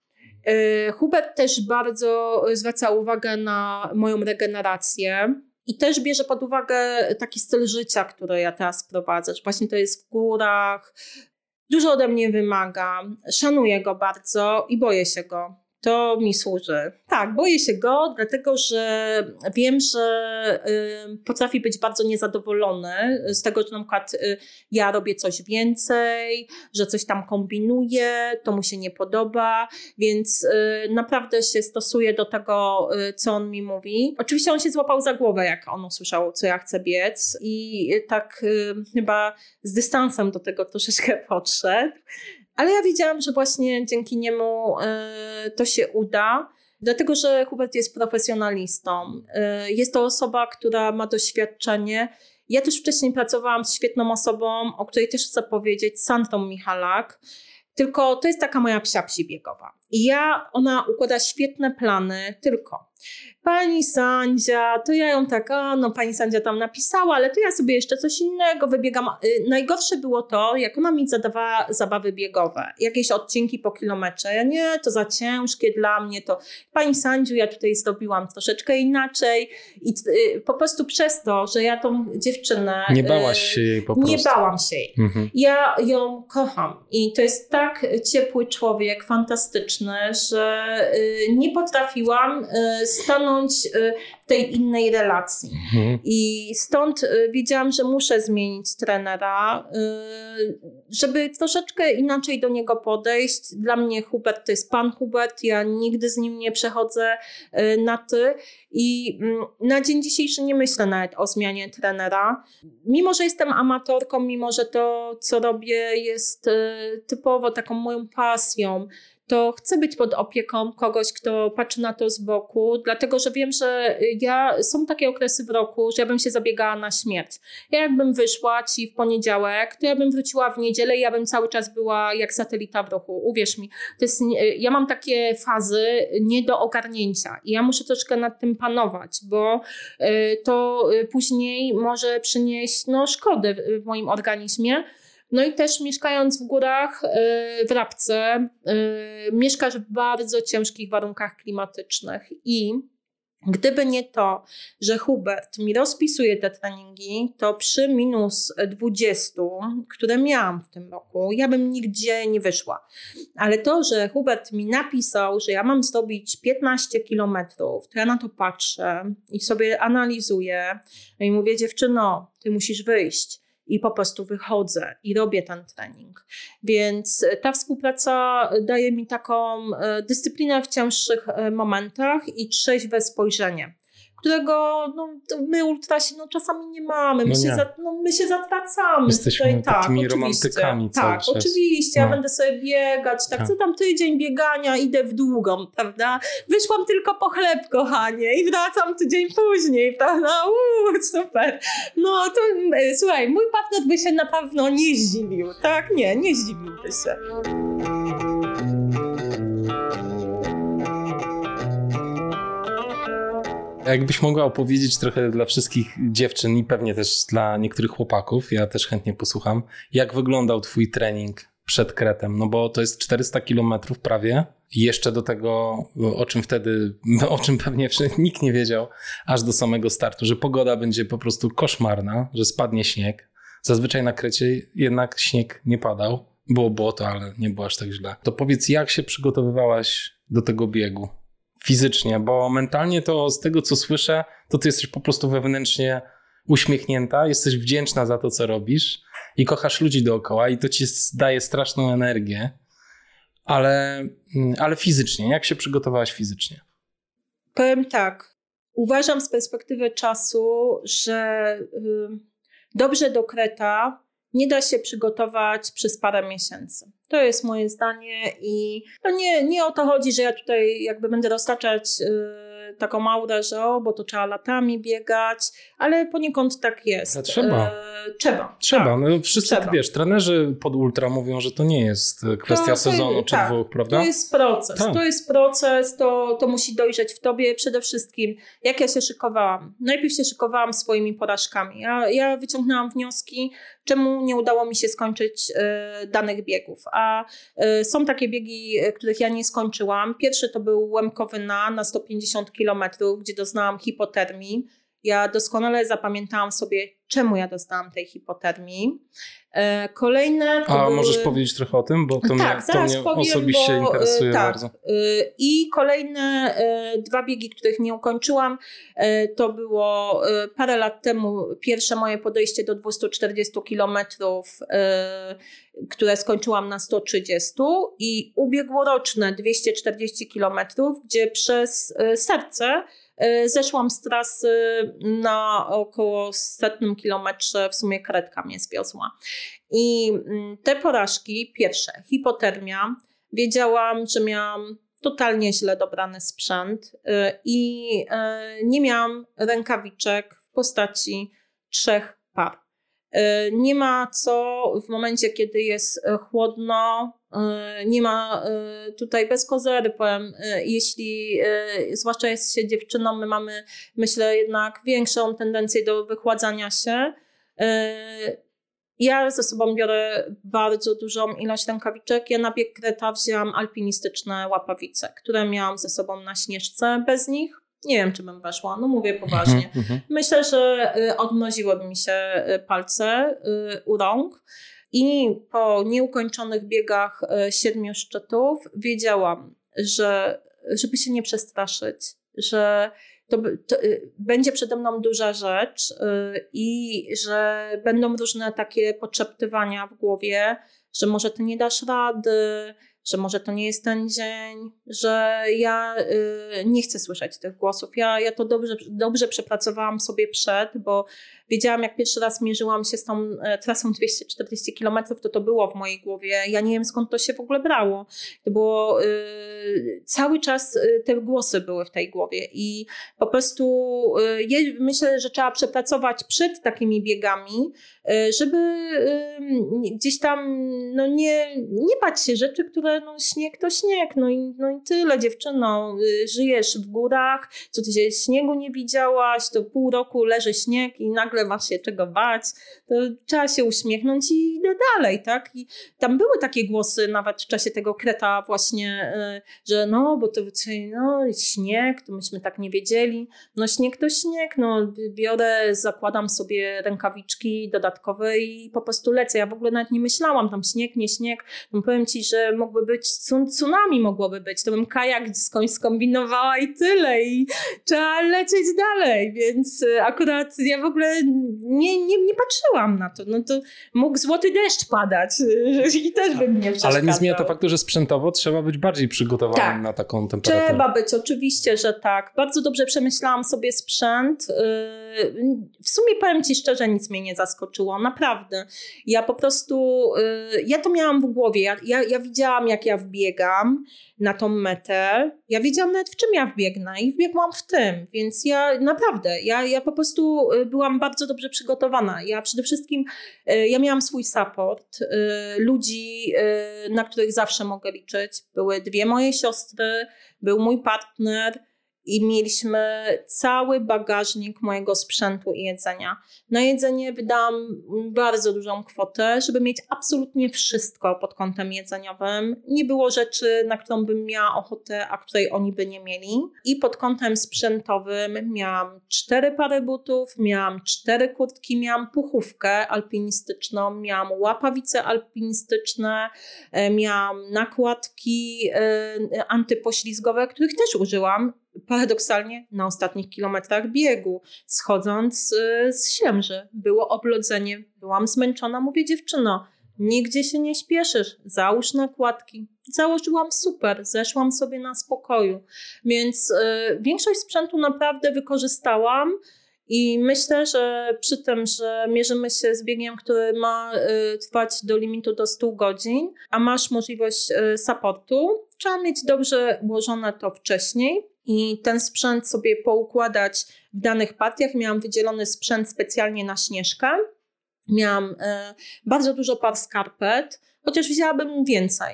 Hubert też bardzo zwraca uwagę na moją regenerację i też bierze pod uwagę taki styl życia, który ja teraz prowadzę, że właśnie to jest w górach, dużo ode mnie wymaga, szanuję go bardzo i boję się go. To mi służy. Tak, boję się go, dlatego że wiem, że potrafi być bardzo niezadowolony z tego, że na przykład ja robię coś więcej, że coś tam kombinuję, to mu się nie podoba, więc naprawdę się stosuję do tego, co on mi mówi. Oczywiście on się złapał za głowę, jak on usłyszał, co ja chcę biec i tak chyba z dystansem do tego troszeczkę podszedł. Ale ja wiedziałam, że właśnie dzięki niemu to się uda, dlatego że Hubert jest profesjonalistą. Jest to osoba, która ma doświadczenie. Ja też wcześniej pracowałam z świetną osobą, o której też chcę powiedzieć, Sandrą Michalak. Tylko to jest taka moja psi biegowa. I ona układa świetne plany, tylko pani Sandzia, to ja ją tak, pani Sandzia tam napisała, ale to ja sobie jeszcze coś innego wybiegam. Najgorsze było to, jak ona mi zadawała zabawy biegowe, jakieś odcinki po kilometrze. Ja nie, to za ciężkie dla mnie, to pani Sandziu, ja tutaj zrobiłam troszeczkę inaczej i po prostu przez to, że ja tą dziewczynę... Nie bałaś się jej po prostu. Nie bałam się jej. Ja ją kocham i to jest tak ciepły człowiek, fantastyczny, że nie potrafiłam stanąć w tej innej relacji. I stąd wiedziałam, że muszę zmienić trenera, żeby troszeczkę inaczej do niego podejść. Dla mnie Hubert to jest pan Hubert, ja nigdy z nim nie przechodzę na ty i na dzień dzisiejszy nie myślę nawet o zmianie trenera. Mimo, że jestem amatorką, mimo, że to, co robię, jest typowo taką moją pasją, to chcę być pod opieką kogoś, kto patrzy na to z boku, dlatego że wiem, że są takie okresy w roku, że ja bym się zabiegała na śmierć. Ja jakbym wyszła ci w poniedziałek, to ja bym wróciła w niedzielę i ja bym cały czas była jak satelita w ruchu. Uwierz mi, ja mam takie fazy nie do ogarnięcia i ja muszę troszkę nad tym panować, bo to później może przynieść szkody w moim organizmie. No i też mieszkając w górach, w Rabce, mieszkasz w bardzo ciężkich warunkach klimatycznych i gdyby nie to, że Hubert mi rozpisuje te treningi, to przy minus 20, które miałam w tym roku, ja bym nigdzie nie wyszła. Ale to, że Hubert mi napisał, że ja mam zrobić 15 kilometrów, to ja na to patrzę i sobie analizuję i mówię, dziewczyno, ty musisz wyjść. I po prostu wychodzę i robię ten trening. Więc ta współpraca daje mi taką dyscyplinę w cięższych momentach i trzeźwe spojrzenie, którego my ultrasi czasami nie mamy. My się zatracamy. Jesteśmy tutaj, takimi romantykami cały czas. Oczywiście. Ja będę sobie biegać, co tam tydzień biegania, idę w długą, prawda? Wyszłam tylko po chleb, kochanie, i wracam tydzień później, prawda? Super. No to słuchaj, mój partner by się na pewno nie zdziwił, tak? Nie zdziwiłby się. Jakbyś mogła opowiedzieć trochę dla wszystkich dziewczyn i pewnie też dla niektórych chłopaków, ja też chętnie posłucham, jak wyglądał twój trening przed Kretem, no bo to jest 400 kilometrów prawie i jeszcze do tego, o czym pewnie nikt nie wiedział, aż do samego startu, że pogoda będzie po prostu koszmarna, że spadnie śnieg. Zazwyczaj na Krecie jednak śnieg nie padał, było błoto, ale nie było aż tak źle. To powiedz, jak się przygotowywałaś do tego biegu? Fizycznie, bo mentalnie to z tego, co słyszę, to ty jesteś po prostu wewnętrznie uśmiechnięta, jesteś wdzięczna za to, co robisz i kochasz ludzi dookoła i to ci daje straszną energię, ale fizycznie, jak się przygotowałaś fizycznie? Powiem tak, uważam z perspektywy czasu, że dobrze do Kreta nie da się przygotować przez parę miesięcy. To jest moje zdanie i to nie o to chodzi, że ja tutaj jakby będę roztaczać taką aurę, że bo to trzeba latami biegać, ale poniekąd tak jest. Trzeba. Tak, no wszyscy, trzeba. Wiesz, trenerzy pod ultra mówią, że to nie jest kwestia sezonu czy dwóch, prawda? To jest proces. Tak. To jest proces, to musi dojrzeć w tobie przede wszystkim. Jak ja się szykowałam? Najpierw się szykowałam swoimi porażkami. Ja wyciągnęłam wnioski, czemu nie udało mi się skończyć danych biegów. A są takie biegi, których ja nie skończyłam. Pierwszy to był Łemkowy na 150 km, gdzie doznałam hipotermii. Ja doskonale zapamiętałam sobie, czemu ja dostałam tej hipotermii. Kolejne to były... możesz powiedzieć trochę o tym, bo to mnie powiem, osobiście interesuje bardzo. I kolejne 2 biegi, których nie ukończyłam, to było parę lat temu pierwsze moje podejście do 240 km, które skończyłam na 130 i ubiegłoroczne 240 km, gdzie przez serce zeszłam z trasy na około 100 kilometrze, w sumie karetka mnie zwiozła. I te porażki, pierwsze, hipotermia, wiedziałam, że miałam totalnie źle dobrany sprzęt i nie miałam rękawiczek w postaci 3 par. Nie ma co w momencie, kiedy jest chłodno, nie ma tutaj bez kozery, powiem, jeśli zwłaszcza jest się dziewczyną, my mamy, myślę, jednak większą tendencję do wychładzania się. Ja ze sobą biorę bardzo dużą ilość rękawiczek. Ja na bieg Kreta wzięłam alpinistyczne łapawice, które miałam ze sobą na Śnieżce. Bez nich nie wiem, czy bym weszła. No mówię poważnie. Myślę, że odmroziłyby mi się palce u rąk. I po nieukończonych biegach 7 szczytów wiedziałam, że żeby się nie przestraszyć, że to będzie przede mną duża rzecz i że będą różne takie podszeptywania w głowie, że może ty nie dasz rady, że może to nie jest ten dzień, że ja nie chcę słyszeć tych głosów. Ja to dobrze przepracowałam sobie bo wiedziałam, jak pierwszy raz mierzyłam się z tą trasą 240 km, to było w mojej głowie. Ja nie wiem, skąd to się w ogóle brało. To było cały czas te głosy były w tej głowie i po prostu myślę, że trzeba przepracować przed takimi biegami, żeby gdzieś tam nie bać się rzeczy, które śnieg to śnieg. No i tyle, dziewczyno. Żyjesz w górach, co ty się śniegu nie widziałaś, to pół roku leży śnieg i nagle masz się czego bać, to trzeba się uśmiechnąć i idę dalej, tak? I tam były takie głosy nawet w czasie tego Kreta właśnie, że bo to śnieg, to myśmy tak nie wiedzieli. Śnieg to śnieg, biorę, zakładam sobie rękawiczki dodatkowe i po prostu lecę. Ja w ogóle nawet nie myślałam, tam śnieg, nie śnieg. Powiem ci, że mógłby być tsunami, mogłoby być. To bym kajak skądś skombinowała i tyle. I trzeba lecieć dalej, więc akurat ja w ogóle nie patrzyłam na to. To mógł złoty deszcz padać i też bym nie przeszkadzał. Ale nie zmienia to faktu, że sprzętowo trzeba być bardziej przygotowanym na taką temperaturę. Trzeba być, oczywiście, że tak. Bardzo dobrze przemyślałam sobie sprzęt. W sumie powiem ci szczerze, nic mnie nie zaskoczyło. Naprawdę. Ja po prostu, ja to miałam w głowie. Ja widziałam, jak ja wbiegam na tą metę. Ja wiedziałam nawet, w czym ja wbiegnę i wbiegłam w tym. Więc ja naprawdę, ja po prostu byłam bardzo dobrze przygotowana. Ja przede wszystkim, ja miałam swój support, ludzi, na których zawsze mogę liczyć. Były 2 moje siostry, był mój partner i mieliśmy cały bagażnik mojego sprzętu i jedzenia. Na jedzenie wydałam bardzo dużą kwotę, żeby mieć absolutnie wszystko pod kątem jedzeniowym. Nie było rzeczy, na którą bym miała ochotę, a której oni by nie mieli. I pod kątem sprzętowym miałam 4 pary butów, miałam 4 kurtki, miałam puchówkę alpinistyczną, miałam łapawice alpinistyczne, miałam nakładki antypoślizgowe, których też użyłam. Paradoksalnie na ostatnich kilometrach biegu, schodząc z Ślemży. Było oblodzenie, byłam zmęczona. Mówię, dziewczyno, nigdzie się nie śpieszysz, załóż nakładki. Założyłam super, zeszłam sobie na spokoju. Więc większość sprzętu naprawdę wykorzystałam i myślę, że przy tym, że mierzymy się z biegiem, który ma trwać do limitu do 100 godzin, a masz możliwość supportu, trzeba mieć dobrze ułożone to wcześniej i ten sprzęt sobie poukładać w danych partiach. Miałam wydzielony sprzęt specjalnie na Śnieżkę. Miałam bardzo dużo par skarpet, chociaż wzięłabym więcej.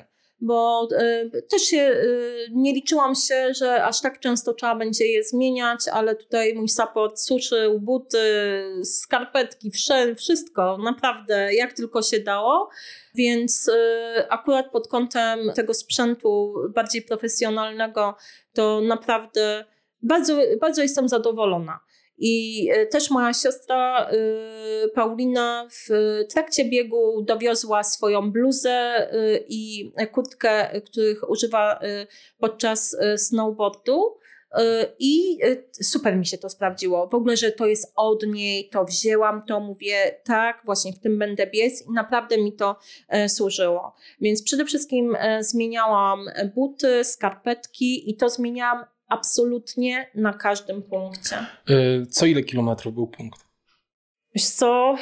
bo też nie liczyłam się, że aż tak często trzeba będzie je zmieniać, ale tutaj mój support suszył buty, skarpetki, wszystko, naprawdę jak tylko się dało. Więc akurat pod kątem tego sprzętu bardziej profesjonalnego to naprawdę bardzo, bardzo jestem zadowolona. I też moja siostra Paulina w trakcie biegu dowiozła swoją bluzę i kurtkę, których używa podczas snowboardu. I super mi się to sprawdziło. W ogóle, że to jest od niej, to wzięłam, to mówię, tak, właśnie w tym będę biec i naprawdę mi to służyło. Więc przede wszystkim zmieniałam buty, skarpetki i to zmieniałam absolutnie na każdym punkcie. Co ile kilometrów był punkt? Wiesz co,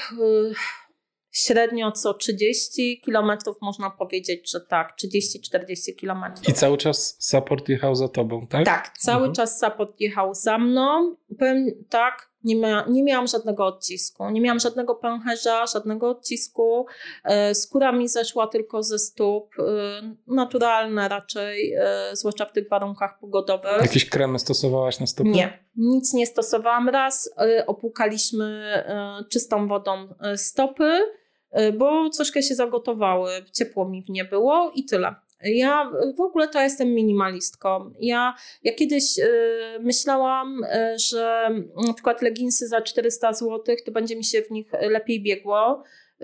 średnio co 30 kilometrów można powiedzieć, że tak, 30-40 kilometrów. I cały czas support jechał za tobą, tak? Tak, cały czas support jechał za mną. Powiem tak, nie miałam żadnego odcisku, nie miałam żadnego pęcherza, żadnego odcisku. Skóra mi zeszła tylko ze stóp, naturalne raczej, zwłaszcza w tych warunkach pogodowych. Jakieś kremy stosowałaś na stopy? Nie, nic nie stosowałam. Raz opłukaliśmy czystą wodą stopy, bo troszkę się zagotowały, ciepło mi w nie było i tyle. Ja w ogóle to jestem minimalistką. Ja kiedyś myślałam, że na przykład leginsy za 400 zł to będzie mi się w nich lepiej biegło.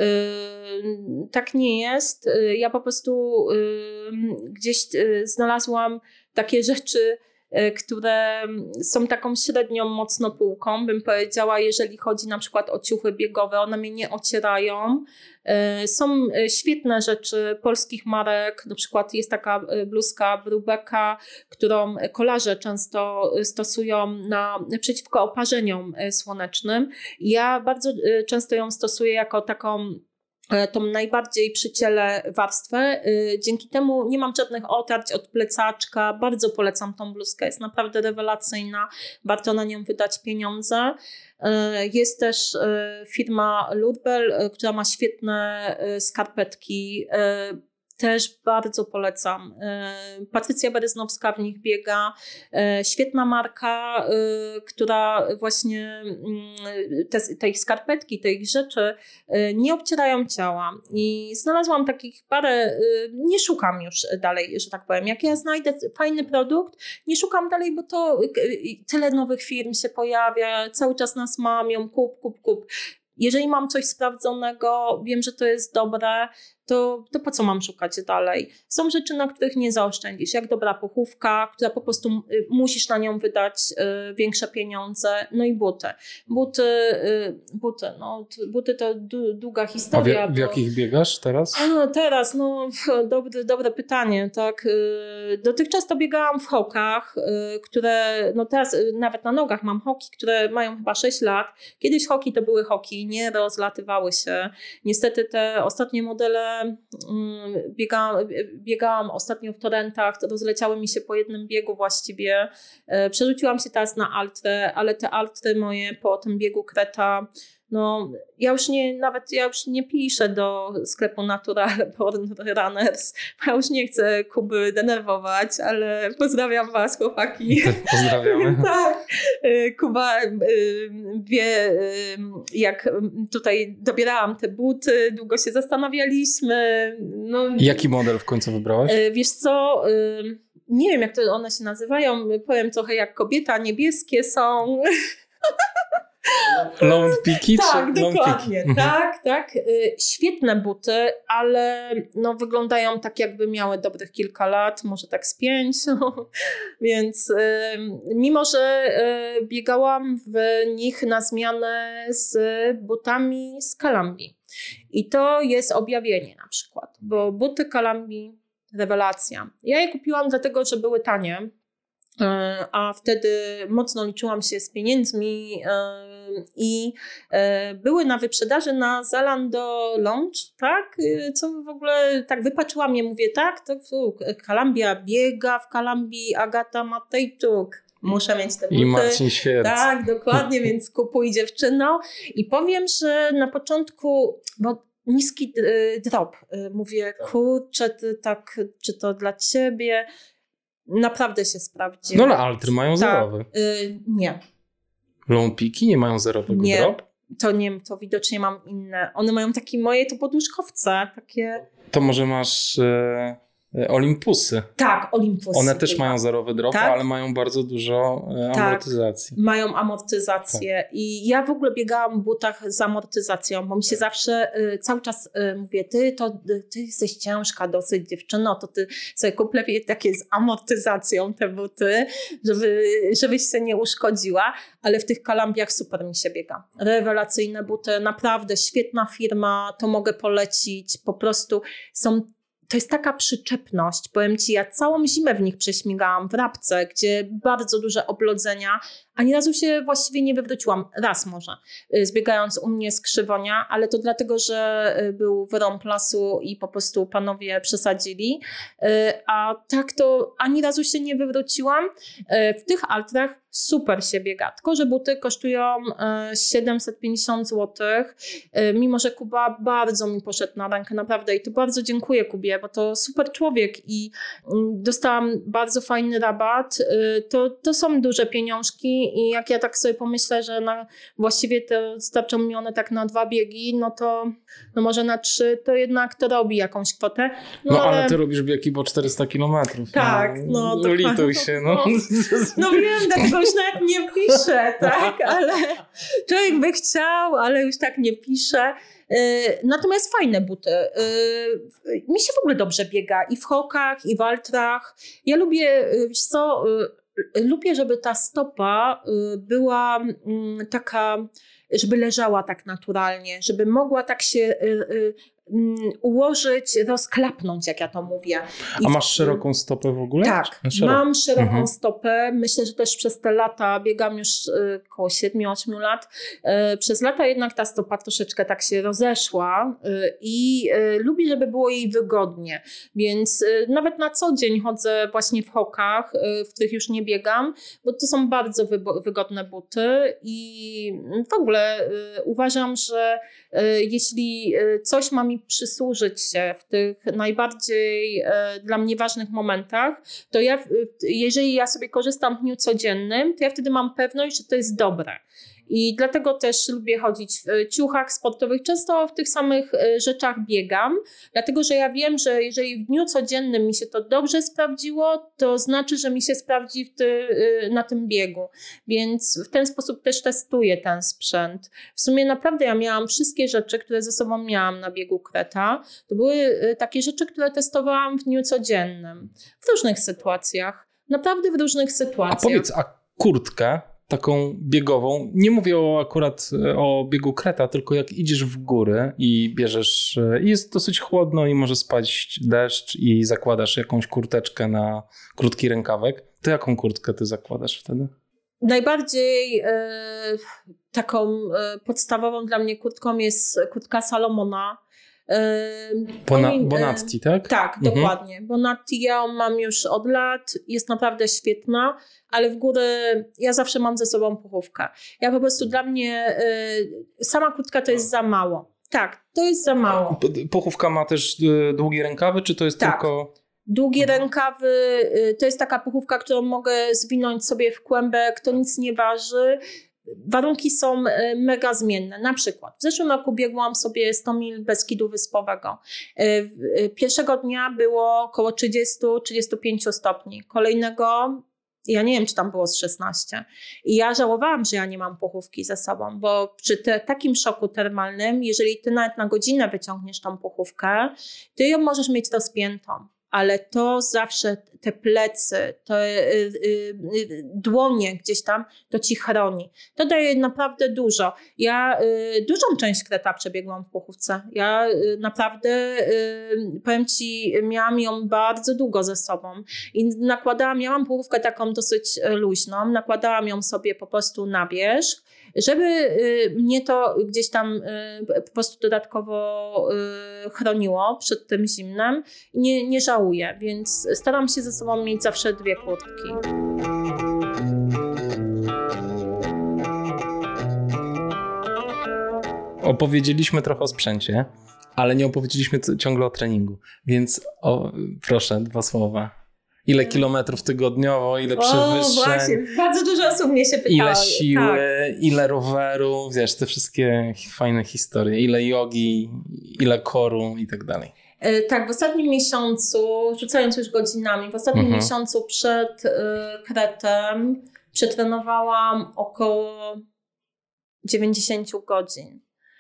Tak nie jest. Ja po prostu gdzieś znalazłam takie rzeczy, które są taką średnią mocno półką, bym powiedziała, jeżeli chodzi na przykład o ciuchy biegowe, one mnie nie ocierają. Są świetne rzeczy polskich marek, na przykład jest taka bluzka Brubecka, którą kolarze często stosują przeciwko oparzeniom słonecznym. Ja bardzo często ją stosuję jako taką tą najbardziej przy ciele warstwę. Dzięki temu nie mam żadnych otarć od plecaczka. Bardzo polecam tą bluzkę. Jest naprawdę rewelacyjna. Warto na nią wydać pieniądze. Jest też firma Lurbel, która ma świetne skarpetki. Też bardzo polecam. Patrycja Bereznowska w nich biega. Świetna marka, która właśnie tej skarpetki, tych rzeczy nie obcierają ciała. I znalazłam takich parę, nie szukam już dalej, że tak powiem. Jak ja znajdę fajny produkt, nie szukam dalej, bo to tyle nowych firm się pojawia, cały czas nas mamią, kup. Jeżeli mam coś sprawdzonego, wiem, że to jest dobre, to po co mam szukać dalej? Są rzeczy, na których nie zaoszczędzisz, jak dobra pochówka, która po prostu musisz na nią wydać większe pieniądze. No i buty. Buty to długa historia. A w jakich biegasz teraz? Teraz, dobre pytanie. Tak. Dotychczas to biegałam w hokach, które, teraz nawet na nogach mam hoki, które mają chyba 6 lat. Kiedyś hoki to były hoki, nie rozlatywały się. Niestety te ostatnie modele biegałam ostatnio w torrentach, to rozleciały mi się po jednym biegu właściwie. Przerzuciłam się teraz na Altrę, ale te Altry moje po tym biegu Kreta, ja już nie piszę do sklepu Natural Born Runners. Ja już nie chcę Kuby denerwować, ale pozdrawiam was, chłopaki. Pozdrawiamy. Tak. Kuba wie, jak tutaj dobierałam te buty, długo się zastanawialiśmy. Jaki model w końcu wybrałaś? Wiesz co, nie wiem, jak to one się nazywają. Powiem trochę jak kobieta, niebieskie są. Lone Peaky? Tak, dokładnie. Tak. Świetne buty, ale wyglądają tak, jakby miały dobrych kilka lat, może tak z 5. Więc mimo, że biegałam w nich na zmianę z butami z Calambi. I to jest objawienie na przykład, bo buty Calambi, rewelacja. Ja je kupiłam dlatego, że były tanie. A wtedy mocno liczyłam się z pieniędzmi i były na wyprzedaży na Zalando Lounge, tak? Co w ogóle tak wypatrzyłam je, mówię, tak, to Calambia biega w Calambii, Agata Matejczuk. Muszę mieć te buty. I Marcin Świerc. Tak, dokładnie, więc kupuj dziewczyno. I powiem, że na początku, bo niski drop. Mówię, kurczę, ty tak, czy to dla ciebie? Naprawdę się sprawdziło. No ale Altry mają zerowy. Nie. Longpeaki nie mają zerowego drop? To widocznie mam inne. One mają takie moje to poduszkowce, takie... To może masz Olympusy. Tak, Olympusy. One też mają zerowy drop, tak? ale mają bardzo dużo amortyzacji. Mają amortyzację i ja w ogóle biegałam w butach z amortyzacją, bo mi się zawsze cały czas mówię, ty jesteś ciężka dosyć dziewczyno, to ty sobie kup lepiej takie z amortyzacją te buty, żebyś się nie uszkodziła, ale w tych Columbiach super mi się biega. Rewelacyjne buty, naprawdę świetna firma, to mogę polecić, po prostu to jest taka przyczepność. Powiem ci, ja całą zimę w nich prześmigałam w Rabce, gdzie bardzo duże oblodzenia. Ani razu się właściwie nie wywróciłam. Raz może, zbiegając u mnie z Krzywonia, ale to dlatego, że był wyrąb lasu i po prostu panowie przesadzili. A tak to ani razu się nie wywróciłam. W tych Altrach super się biega, tylko że buty kosztują 750 zł, mimo że Kuba bardzo mi poszedł na rękę, naprawdę, i to bardzo dziękuję Kubie, bo to super człowiek i dostałam bardzo fajny rabat. To są duże pieniążki i jak ja tak sobie pomyślę, że właściwie to starczą mi one tak na 2 biegi, no to może na 3, to jednak to robi jakąś kwotę. Ale ty robisz biegi po 400 kilometrów. Tak, lituj się, No wiem, dlatego już nawet nie piszę, tak, ale człowiek by chciał, ale już tak nie pisze. Natomiast fajne buty. Mi się w ogóle dobrze biega i w Hawkach, i w Altrach. Ja lubię, lubię, żeby ta stopa była taka, żeby leżała tak naturalnie, żeby mogła tak się ułożyć, rozklapnąć, jak ja to mówię. A masz szeroką stopę w ogóle? Tak, mam szeroką stopę. Myślę, że też przez te lata, biegam już około 7-8 lat, przez lata jednak ta stopa troszeczkę tak się rozeszła i lubię, żeby było jej wygodnie. Więc nawet na co dzień chodzę właśnie w Hawkach, w których już nie biegam, bo to są bardzo wygodne buty i w ogóle uważam, że jeśli coś ma mi przysłużyć się w tych najbardziej dla mnie ważnych momentach, to jeżeli ja sobie korzystam w dniu codziennym, to ja wtedy mam pewność, że to jest dobre. I dlatego też lubię chodzić w ciuchach sportowych. Często w tych samych rzeczach biegam, dlatego że ja wiem, że jeżeli w dniu codziennym mi się to dobrze sprawdziło, to znaczy, że mi się sprawdzi na tym biegu. Więc w ten sposób też testuję ten sprzęt. W sumie naprawdę ja miałam wszystkie rzeczy, które ze sobą miałam na biegu Kreta. To były takie rzeczy, które testowałam w dniu codziennym. W różnych sytuacjach. Naprawdę w różnych sytuacjach. A powiedz, kurtkę taką biegową, nie mówię akurat o biegu Kreta, tylko jak idziesz w góry i bierzesz, jest dosyć chłodno i może spaść deszcz i zakładasz jakąś kurteczkę na krótki rękawek, to jaką kurtkę ty zakładasz wtedy? Najbardziej taką podstawową dla mnie kurtką jest kurtka Salomona. Bonatti, tak? Tak, dokładnie. Bonatti ja ją mam już od lat, jest naprawdę świetna, ale w góry ja zawsze mam ze sobą puchówkę. Ja po prostu dla mnie sama kurtka to jest za mało. Tak, to jest za mało. Puchówka ma też długie rękawy, czy to jest tylko... Długie rękawy, to jest taka puchówka, którą mogę zwinąć sobie w kłębek, to nic nie waży. Warunki są mega zmienne. Na przykład w zeszłym roku biegłam sobie 100 mil Beskidu Wyspowego. Pierwszego dnia było około 30-35 stopni. Kolejnego, ja nie wiem, czy tam było z 16. I ja żałowałam, że ja nie mam puchówki ze sobą, bo przy takim szoku termalnym, jeżeli ty nawet na godzinę wyciągniesz tą puchówkę, ty ją możesz mieć rozpiętą. Ale to zawsze te plecy, te dłonie gdzieś tam, to ci chroni. To daje naprawdę dużo. Ja dużą część Kreta przebiegłam w puchówce. Ja naprawdę, powiem ci, miałam ją bardzo długo ze sobą. I miałam puchówkę taką dosyć luźną, nakładałam ją sobie po prostu na wierzch, żeby mnie to gdzieś tam po prostu dodatkowo chroniło przed tym zimnem. Nie żałuję, więc staram się ze sobą mieć zawsze 2 kurtki. Opowiedzieliśmy trochę o sprzęcie, Ale nie opowiedzieliśmy ciągle o treningu, więc proszę, 2 słowa. Ile kilometrów tygodniowo, ile przewyższeń. Właśnie, bardzo dużo osób mnie się pytało. Ile siły, ile roweru, wiesz, te wszystkie fajne historie, ile jogi, ile koru i tak dalej. Tak, w ostatnim miesiącu, rzucając już godzinami, w ostatnim miesiącu przed Kretem przetrenowałam około 90 godzin.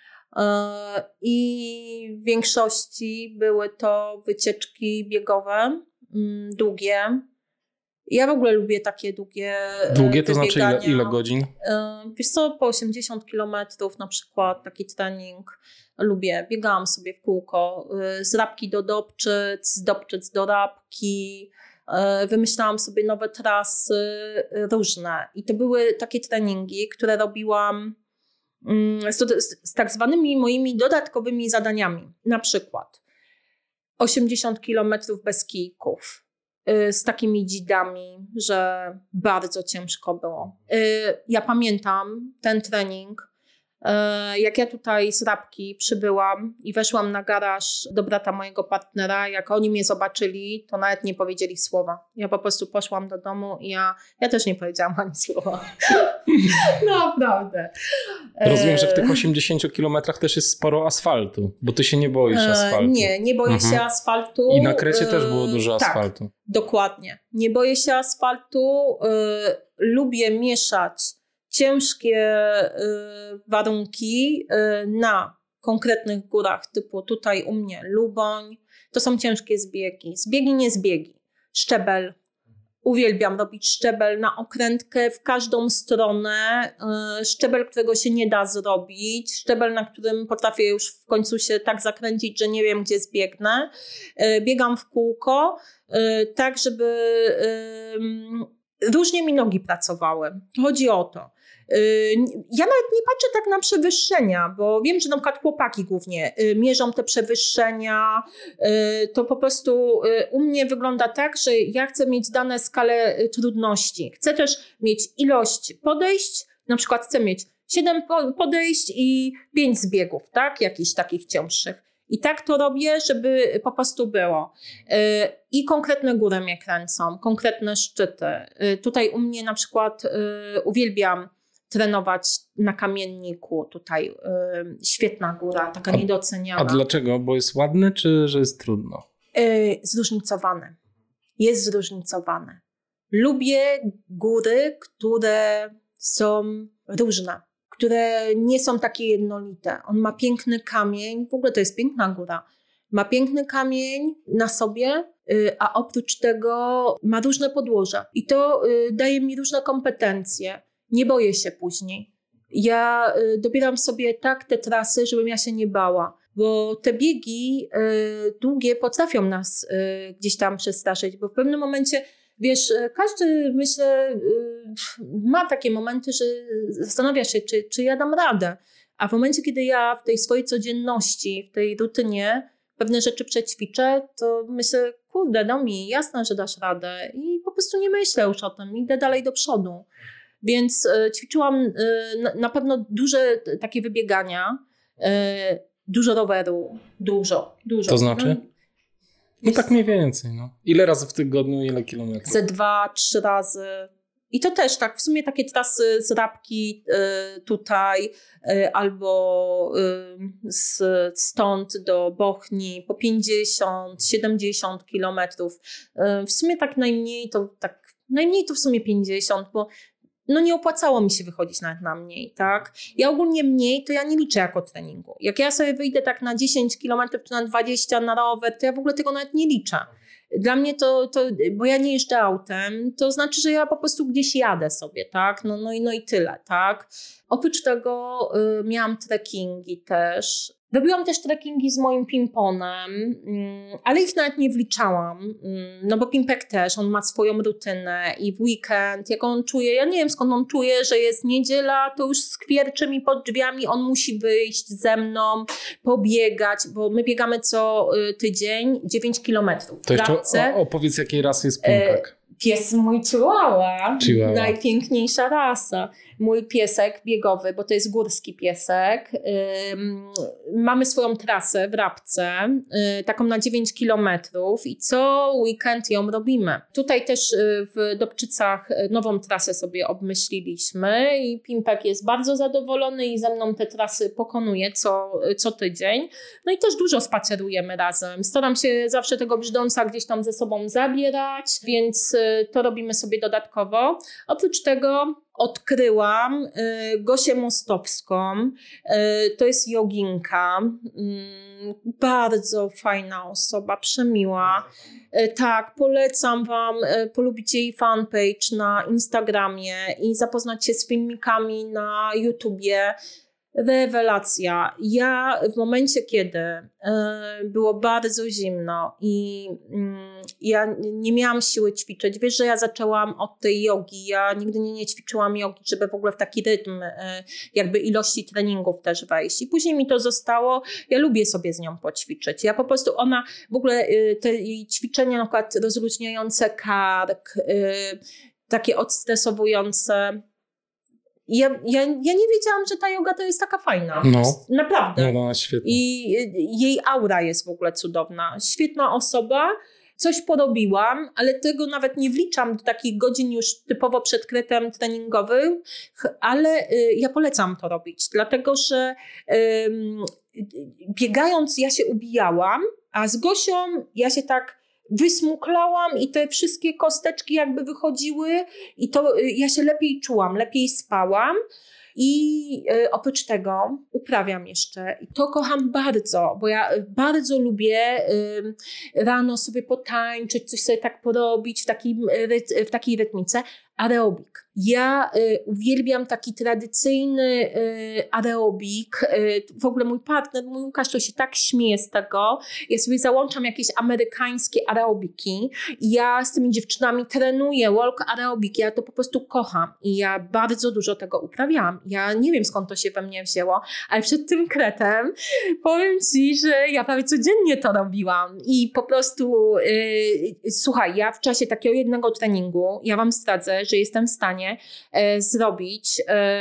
I w większości były to wycieczki biegowe, długie. Ja w ogóle lubię takie długie Długie to wybiegania. znaczy ile godzin? Wiesz co, po 80 kilometrów na przykład taki trening lubię. Biegałam sobie w kółko z Rabki do Dobczyc, z Dobczyc do Rabki. Wymyślałam sobie nowe trasy różne. I to były takie treningi, które robiłam z tak zwanymi moimi dodatkowymi zadaniami. Na przykład 80 kilometrów bez kijków. Z takimi dzidami, że bardzo ciężko było. Ja pamiętam ten trening, jak ja tutaj z Rabki przybyłam i weszłam na garaż do brata mojego partnera, jak oni mnie zobaczyli, to nawet nie powiedzieli słowa. Ja po prostu poszłam do domu i ja też nie powiedziałam ani słowa. Naprawdę. Rozumiem, że w tych 80 kilometrach też jest sporo asfaltu, bo ty się nie boisz asfaltu. Nie boję się asfaltu. I na Krecie też było dużo tak, asfaltu. Dokładnie. Nie boję się asfaltu. Lubię mieszać ciężkie warunki na konkretnych górach, typu tutaj u mnie Luboń. To są ciężkie zbiegi. Zbiegi, nie zbiegi. Szczebel. Uwielbiam robić szczebel na okrętkę w każdą stronę. Szczebel, którego się nie da zrobić. Szczebel, na którym potrafię już w końcu się tak zakręcić, że nie wiem, gdzie zbiegnę. Biegam w kółko, tak żeby różnie mi nogi pracowały. Chodzi o to. Ja nawet nie patrzę tak na przewyższenia, bo wiem, że na przykład chłopaki głównie mierzą te przewyższenia. To po prostu u mnie wygląda tak, że ja chcę mieć dane skalę trudności. Chcę też mieć ilość podejść, na przykład chcę mieć 7 podejść i 5 zbiegów, tak? Jakichś takich cięższych. I tak to robię, żeby po prostu było. I konkretne góry mnie kręcą, konkretne szczyty. Tutaj u mnie na przykład uwielbiam trenować na Kamienniku. Tutaj świetna góra, taka niedoceniana. A dlaczego? Bo jest ładny, czy że jest trudno? Zróżnicowane. Jest zróżnicowane. Lubię góry, które są różne, które nie są takie jednolite. On ma piękny kamień, w ogóle to jest piękna góra. Ma piękny kamień na sobie, a oprócz tego ma różne podłoża. I to daje mi różne kompetencje. Nie boję się później. Ja dobieram sobie tak te trasy, żebym ja się nie bała. Bo te biegi długie potrafią nas gdzieś tam przestraszyć, bo w pewnym momencie, wiesz, każdy, myślę, ma takie momenty, że zastanawia się, czy ja dam radę. A w momencie, kiedy ja w tej swojej codzienności, w tej rutynie pewne rzeczy przećwiczę, to myślę, kurde, no mi, jasne, że dasz radę. I po prostu nie myślę już o tym, idę dalej do przodu. Więc ćwiczyłam na pewno duże takie wybiegania, dużo roweru, dużo. To znaczy? No tak mniej więcej. No. Ile razy w tygodniu, ile kilometrów? Ze 2-3 razy. I to też tak, w sumie takie trasy z Rabki tutaj albo stąd do Bochni po 50-70 kilometrów. W sumie tak najmniej to w sumie 50, bo no nie opłacało mi się wychodzić nawet na mniej, tak? Ja ogólnie mniej to ja nie liczę jako treningu. Jak ja sobie wyjdę tak na 10 km czy na 20 na rower, to ja w ogóle tego nawet nie liczę. Dla mnie to bo ja nie jeżdżę autem, to znaczy, że ja po prostu gdzieś jadę sobie, tak? No i tyle, tak? Oprócz tego miałam trekkingi też. Robiłam też trekkingi z moim pimponem, ale ich nawet nie wliczałam, no bo pimpek też, on ma swoją rutynę i w weekend, jak on czuje, ja nie wiem skąd on czuje, że jest niedziela, to już skwierczy mi pod drzwiami, on musi wyjść ze mną, pobiegać, bo my biegamy co tydzień 9 kilometrów. To jeszcze opowiedz, jakiej rasy jest pimpek. Pies mój Chihuahua, Chihuahua. Najpiękniejsza rasa. Mój piesek biegowy, bo to jest górski piesek. Mamy swoją trasę w Rabce, taką na 9 kilometrów i co weekend ją robimy. Tutaj też w Dobczycach nową trasę sobie obmyśliliśmy i Pimpek jest bardzo zadowolony i ze mną te trasy pokonuje co tydzień. No i też dużo spacerujemy razem. Staram się zawsze tego brzdąca gdzieś tam ze sobą zabierać, więc to robimy sobie dodatkowo. Oprócz tego odkryłam Gosię Mostowską. To jest joginka. Bardzo fajna osoba, przemiła. Tak, polecam Wam polubić jej fanpage na Instagramie i zapoznać się z filmikami na YouTubie. Rewelacja. Ja w momencie, kiedy było bardzo zimno i ja nie miałam siły ćwiczyć, wiesz, że ja zaczęłam od tej jogi, ja nigdy nie ćwiczyłam jogi, żeby w ogóle w taki rytm jakby ilości treningów też wejść i później mi to zostało, ja lubię sobie z nią poćwiczyć, ja po prostu ona w ogóle te jej ćwiczenia na przykład rozluźniające kark, takie odstresowujące. Ja nie wiedziałam, że ta joga to jest taka fajna. No. Naprawdę. No, świetnie. I jej aura jest w ogóle cudowna. Świetna osoba. Coś porobiłam, ale tego nawet nie wliczam do takich godzin już typowo przed kretem treningowym, ale ja polecam to robić, dlatego że biegając ja się ubijałam, a z Gosią ja się tak wysmuklałam i te wszystkie kosteczki jakby wychodziły i to ja się lepiej czułam, lepiej spałam. I oprócz tego uprawiam jeszcze i to kocham bardzo, bo ja bardzo lubię rano sobie potańczyć, coś sobie tak porobić w takiej rytmice. Aerobik. Ja uwielbiam taki tradycyjny aerobik. W ogóle mój partner, mój Łukasz, to się tak śmieje z tego. Ja sobie załączam jakieś amerykańskie aerobiki i ja z tymi dziewczynami trenuję walk aerobik. Ja to po prostu kocham i ja bardzo dużo tego uprawiałam. Ja nie wiem, skąd to się we mnie wzięło, ale przed tym kretem powiem Ci, że ja prawie codziennie to robiłam i po prostu słuchaj, ja w czasie takiego jednego treningu, ja Wam zdradzę, że jestem w stanie zrobić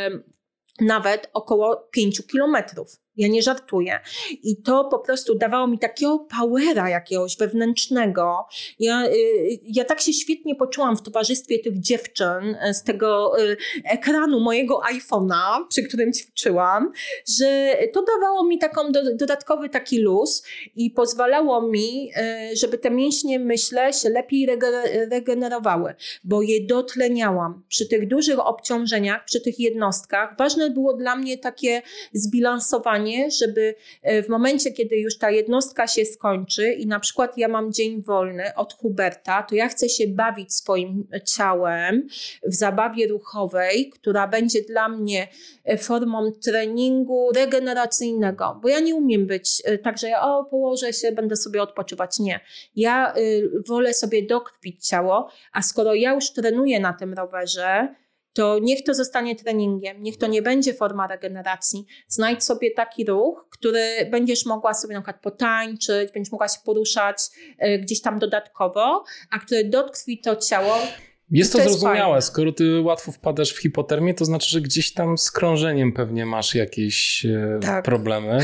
nawet około 5 kilometrów. Ja nie żartuję. I to po prostu dawało mi takiego powera jakiegoś wewnętrznego. Ja tak się świetnie poczułam w towarzystwie tych dziewczyn z tego ekranu mojego iPhone'a, przy którym ćwiczyłam, że to dawało mi taką dodatkowy taki luz i pozwalało mi, żeby te mięśnie, myślę, się lepiej regenerowały, bo je dotleniałam. Przy tych dużych obciążeniach, przy tych jednostkach ważne było dla mnie takie zbilansowanie, żeby w momencie, kiedy już ta jednostka się skończy i na przykład ja mam dzień wolny od Huberta, to ja chcę się bawić swoim ciałem w zabawie ruchowej, która będzie dla mnie formą treningu regeneracyjnego, bo ja nie umiem być tak, że ja położę się, będę sobie odpoczywać. Nie. Ja wolę sobie dokrwić ciało, a skoro ja już trenuję na tym rowerze, to niech to zostanie treningiem, niech to nie będzie forma regeneracji. Znajdź sobie taki ruch, który będziesz mogła sobie na przykład potańczyć, będziesz mogła się poruszać gdzieś tam dodatkowo, a który dotkwi to ciało. Jest to zrozumiałe. Fajne. Skoro ty łatwo wpadasz w hipotermię, to znaczy, że gdzieś tam z krążeniem pewnie masz jakieś problemy.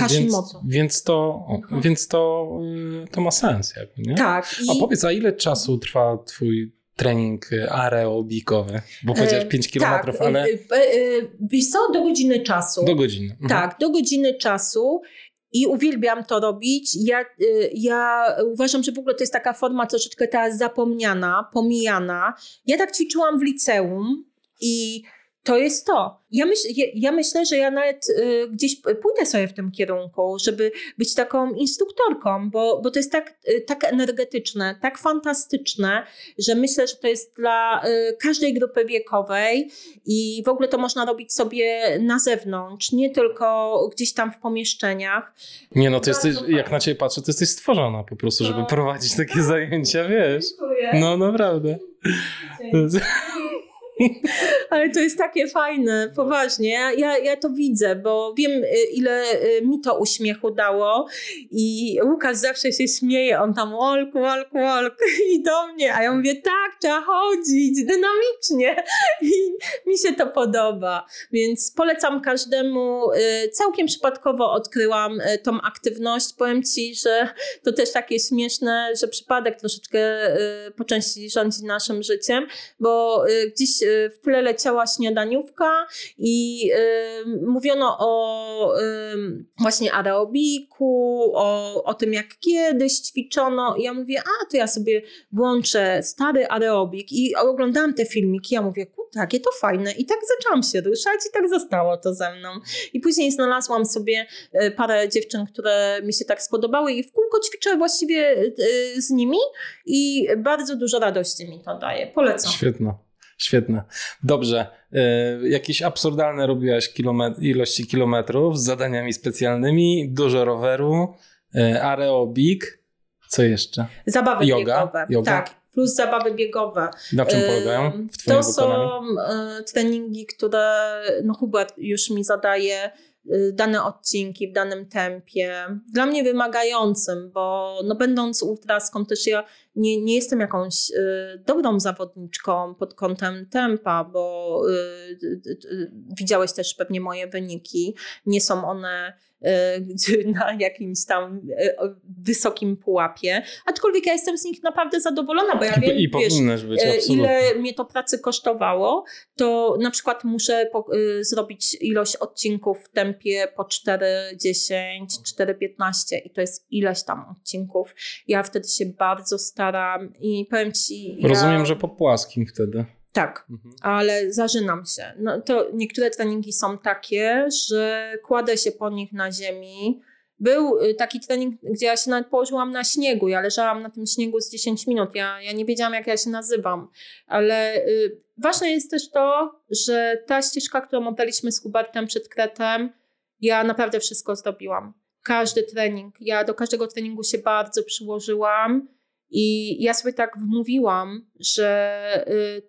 Więc to ma sens. Jakby, nie? Tak. A powiedz, a ile czasu trwa twój trening aerobikowy? Bo powiedziałeś 5 kilometrów, tak, ale... Wiesz co, do godziny czasu. Do godziny. Tak, do godziny czasu. I uwielbiam to robić. Ja uważam, że w ogóle to jest taka forma troszeczkę teraz zapomniana, pomijana. Ja tak ćwiczyłam w liceum i to jest to. Ja myślę, że ja nawet gdzieś pójdę sobie w tym kierunku, żeby być taką instruktorką, bo to jest tak energetyczne, tak fantastyczne, że myślę, że to jest dla każdej grupy wiekowej i w ogóle to można robić sobie na zewnątrz, nie tylko gdzieś tam w pomieszczeniach. Nie no, to jesteś, jak na ciebie patrzę, to jesteś stworzona po prostu, żeby prowadzić takie zajęcia, wiesz. Dziękuję. No naprawdę. Ale to jest takie fajne, poważnie. Ja to widzę, bo wiem, ile mi to uśmiechu dało i Łukasz zawsze się śmieje, on tam walk i do mnie, a ja mówię, tak, trzeba chodzić dynamicznie i mi się to podoba, więc polecam każdemu. Całkiem przypadkowo odkryłam tą aktywność. Powiem Ci, że to też takie śmieszne, że przypadek troszeczkę po części rządzi naszym życiem, bo gdzieś w tle leciała śniadaniówka i mówiono o właśnie aerobiku, o tym, jak kiedyś ćwiczono. I ja mówię, to ja sobie włączę stary aerobik i oglądałam te filmiki. Ja mówię, jakie to fajne. I tak zaczęłam się ruszać i tak zostało to ze mną. I później znalazłam sobie parę dziewczyn, które mi się tak spodobały i w kółko ćwiczę właściwie z nimi i bardzo dużo radości mi to daje. Polecam. Świetne. Dobrze. Jakieś absurdalne robiłaś ilości kilometrów z zadaniami specjalnymi, dużo roweru, aerobik. Co jeszcze? Zabawy biegowe. Yoga? Tak. Plus zabawy biegowe. Na czym polegają w twoim wykonaniu? To są treningi, które Hubert już mi zadaje, dane odcinki w danym tempie. Dla mnie wymagającym, bo będąc ultraską też ja nie jestem jakąś dobrą zawodniczką pod kątem tempa, bo widziałeś też pewnie moje wyniki. Nie są one na jakimś tam wysokim pułapie. Aczkolwiek ja jestem z nich naprawdę zadowolona, bo ja wiem, i powinnaś być, absolutnie. Ile mnie to pracy kosztowało, to na przykład muszę zrobić ilość odcinków w tempie po 4:10, 4:15 i to jest ileś tam odcinków. Ja wtedy się bardzo staram i powiem Ci... Rozumiem, że po płaskim wtedy. Tak, ale zażynam się. To niektóre treningi są takie, że kładę się po nich na ziemi. Był taki trening, gdzie ja się nawet położyłam na śniegu. Ja leżałam na tym śniegu z 10 minut. Ja nie wiedziałam, jak ja się nazywam. Ale ważne jest też to, że ta ścieżka, którą oddaliśmy z Hubertem przed Kretem, ja naprawdę wszystko zrobiłam. Każdy trening. Ja do każdego treningu się bardzo przyłożyłam i ja sobie tak wmówiłam, że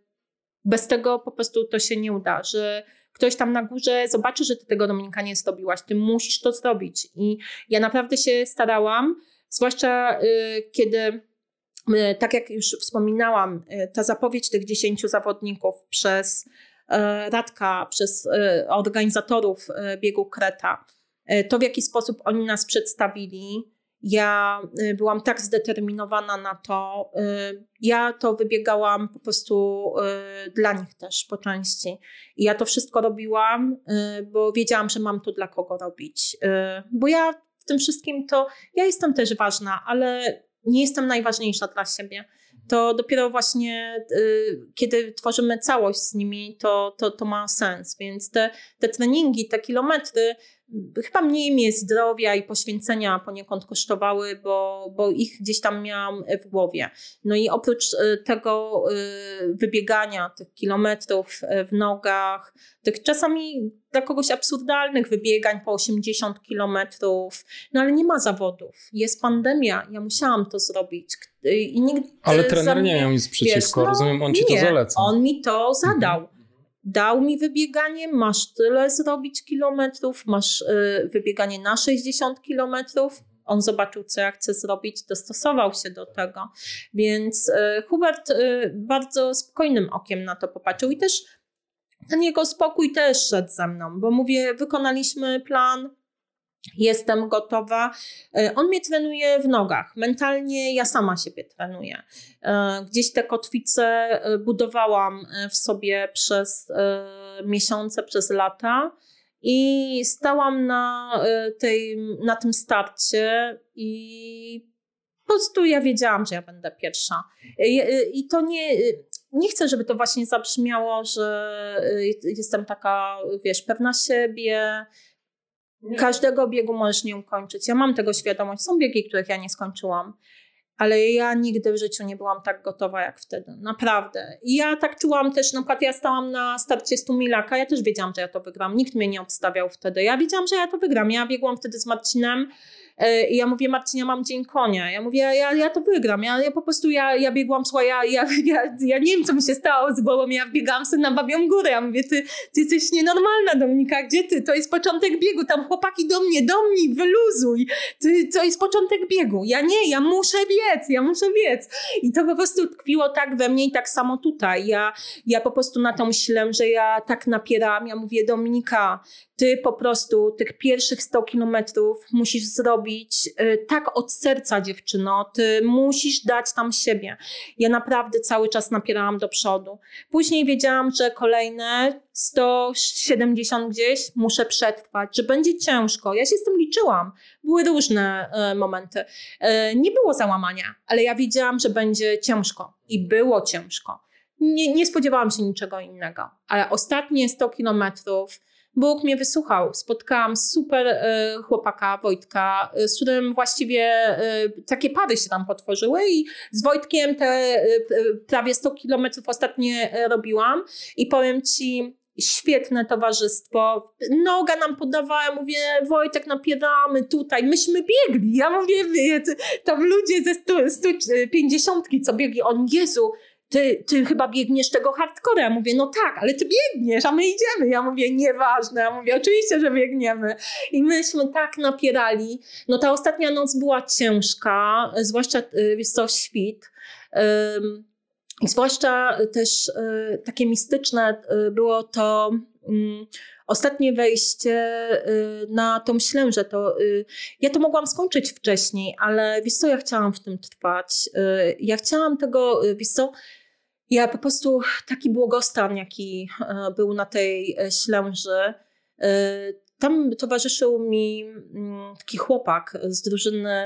bez tego po prostu to się nie uda, że ktoś tam na górze zobaczy, że ty tego, Dominika, nie zrobiłaś, ty musisz to zrobić. I ja naprawdę się starałam, zwłaszcza kiedy, tak jak już wspominałam, ta zapowiedź tych 10 zawodników przez Radka, przez organizatorów biegu Kreta, to w jaki sposób oni nas przedstawili, ja byłam tak zdeterminowana na to. Ja to wybiegałam po prostu dla nich też po części. I ja to wszystko robiłam, bo wiedziałam, że mam to dla kogo robić. Bo ja w tym wszystkim to, ja jestem też ważna, ale nie jestem najważniejsza dla siebie. To dopiero właśnie kiedy tworzymy całość z nimi, to ma sens. Więc te treningi, te kilometry chyba mniej mnie zdrowia i poświęcenia poniekąd kosztowały, bo ich gdzieś tam miałam w głowie. No i oprócz tego wybiegania tych kilometrów w nogach, tych czasami dla kogoś absurdalnych wybiegań po 80 kilometrów, ale nie ma zawodów. Jest pandemia, ja musiałam to zrobić. I nikt ale trener nie miał nic przeciwko, rozumiem, on ci to zaleca. On mi to zadał. Dał mi wybieganie, masz tyle zrobić kilometrów, masz wybieganie na 60 kilometrów. On zobaczył, co ja chcę zrobić, dostosował się do tego. Więc Hubert bardzo spokojnym okiem na to popatrzył i też ten jego spokój też szedł ze mną, bo mówię, wykonaliśmy plan, jestem gotowa. On mnie trenuje w nogach. Mentalnie ja sama siebie trenuję. Gdzieś te kotwice budowałam w sobie przez miesiące, przez lata i stałam na tym starcie i po prostu ja wiedziałam, że ja będę pierwsza. I to nie chcę, żeby to właśnie zabrzmiało, że jestem taka, pewna siebie. Każdego biegu możesz nie ukończyć. Ja mam tego świadomość. Są biegi, których ja nie skończyłam. Ale ja nigdy w życiu nie byłam tak gotowa jak wtedy, naprawdę. I ja tak czułam też, na przykład ja stałam na starcie 100 milaka, ja też wiedziałam, że ja to wygram, nikt mnie nie obstawiał wtedy, ja wiedziałam, że ja to wygram, ja biegłam wtedy z Marcinem i ja mówię, Marcin, ja mam dzień konia, ja mówię, ja to wygram, ja po prostu, ja biegłam, słuchaj, ja nie wiem, co mi się stało z głową, ja biegałam sobie na Babią Górę, ja mówię, ty jesteś nienormalna, Dominika, gdzie ty? To jest początek biegu, tam chłopaki do mnie, wyluzuj, to jest początek biegu, ja muszę biec. I to po prostu tkwiło tak we mnie i tak samo tutaj. Ja po prostu na to myślę, że ja tak napierałam, ja mówię, Dominika, ty po prostu tych pierwszych 100 kilometrów musisz zrobić tak od serca, dziewczyno, ty musisz dać tam siebie. Ja naprawdę cały czas napierałam do przodu. Później wiedziałam, że kolejne 170 gdzieś muszę przetrwać, że będzie ciężko. Ja się z tym liczyłam. Były różne momenty. Nie było załamania, ale ja wiedziałam, że będzie ciężko i było ciężko. Nie spodziewałam się niczego innego, ale ostatnie 100 kilometrów Bóg mnie wysłuchał. Spotkałam super chłopaka, Wojtka, z którym właściwie takie pary się tam potworzyły i z Wojtkiem te prawie 100 kilometrów ostatnie robiłam i powiem ci, świetne towarzystwo. Noga nam podawała, mówię, Wojtek, napieramy tutaj. Myśmy biegli. Ja mówię, tam ludzie ze 150 co biegli, on, Jezu, ty chyba biegniesz tego hardcora. Ja mówię, no tak, ale ty biegniesz, a my idziemy. Ja mówię, nieważne. Ja mówię, oczywiście, że biegniemy. I myśmy tak napierali. No ta ostatnia noc była ciężka, zwłaszcza świt. I zwłaszcza też takie mistyczne było to ostatnie wejście na tą Ślężę. Ja to mogłam skończyć wcześniej, ale wiesz co, ja chciałam w tym trwać. Ja chciałam tego, wiesz co, ja po prostu taki błogostan, jaki był na tej Ślęży. Tam towarzyszył mi taki chłopak z drużyny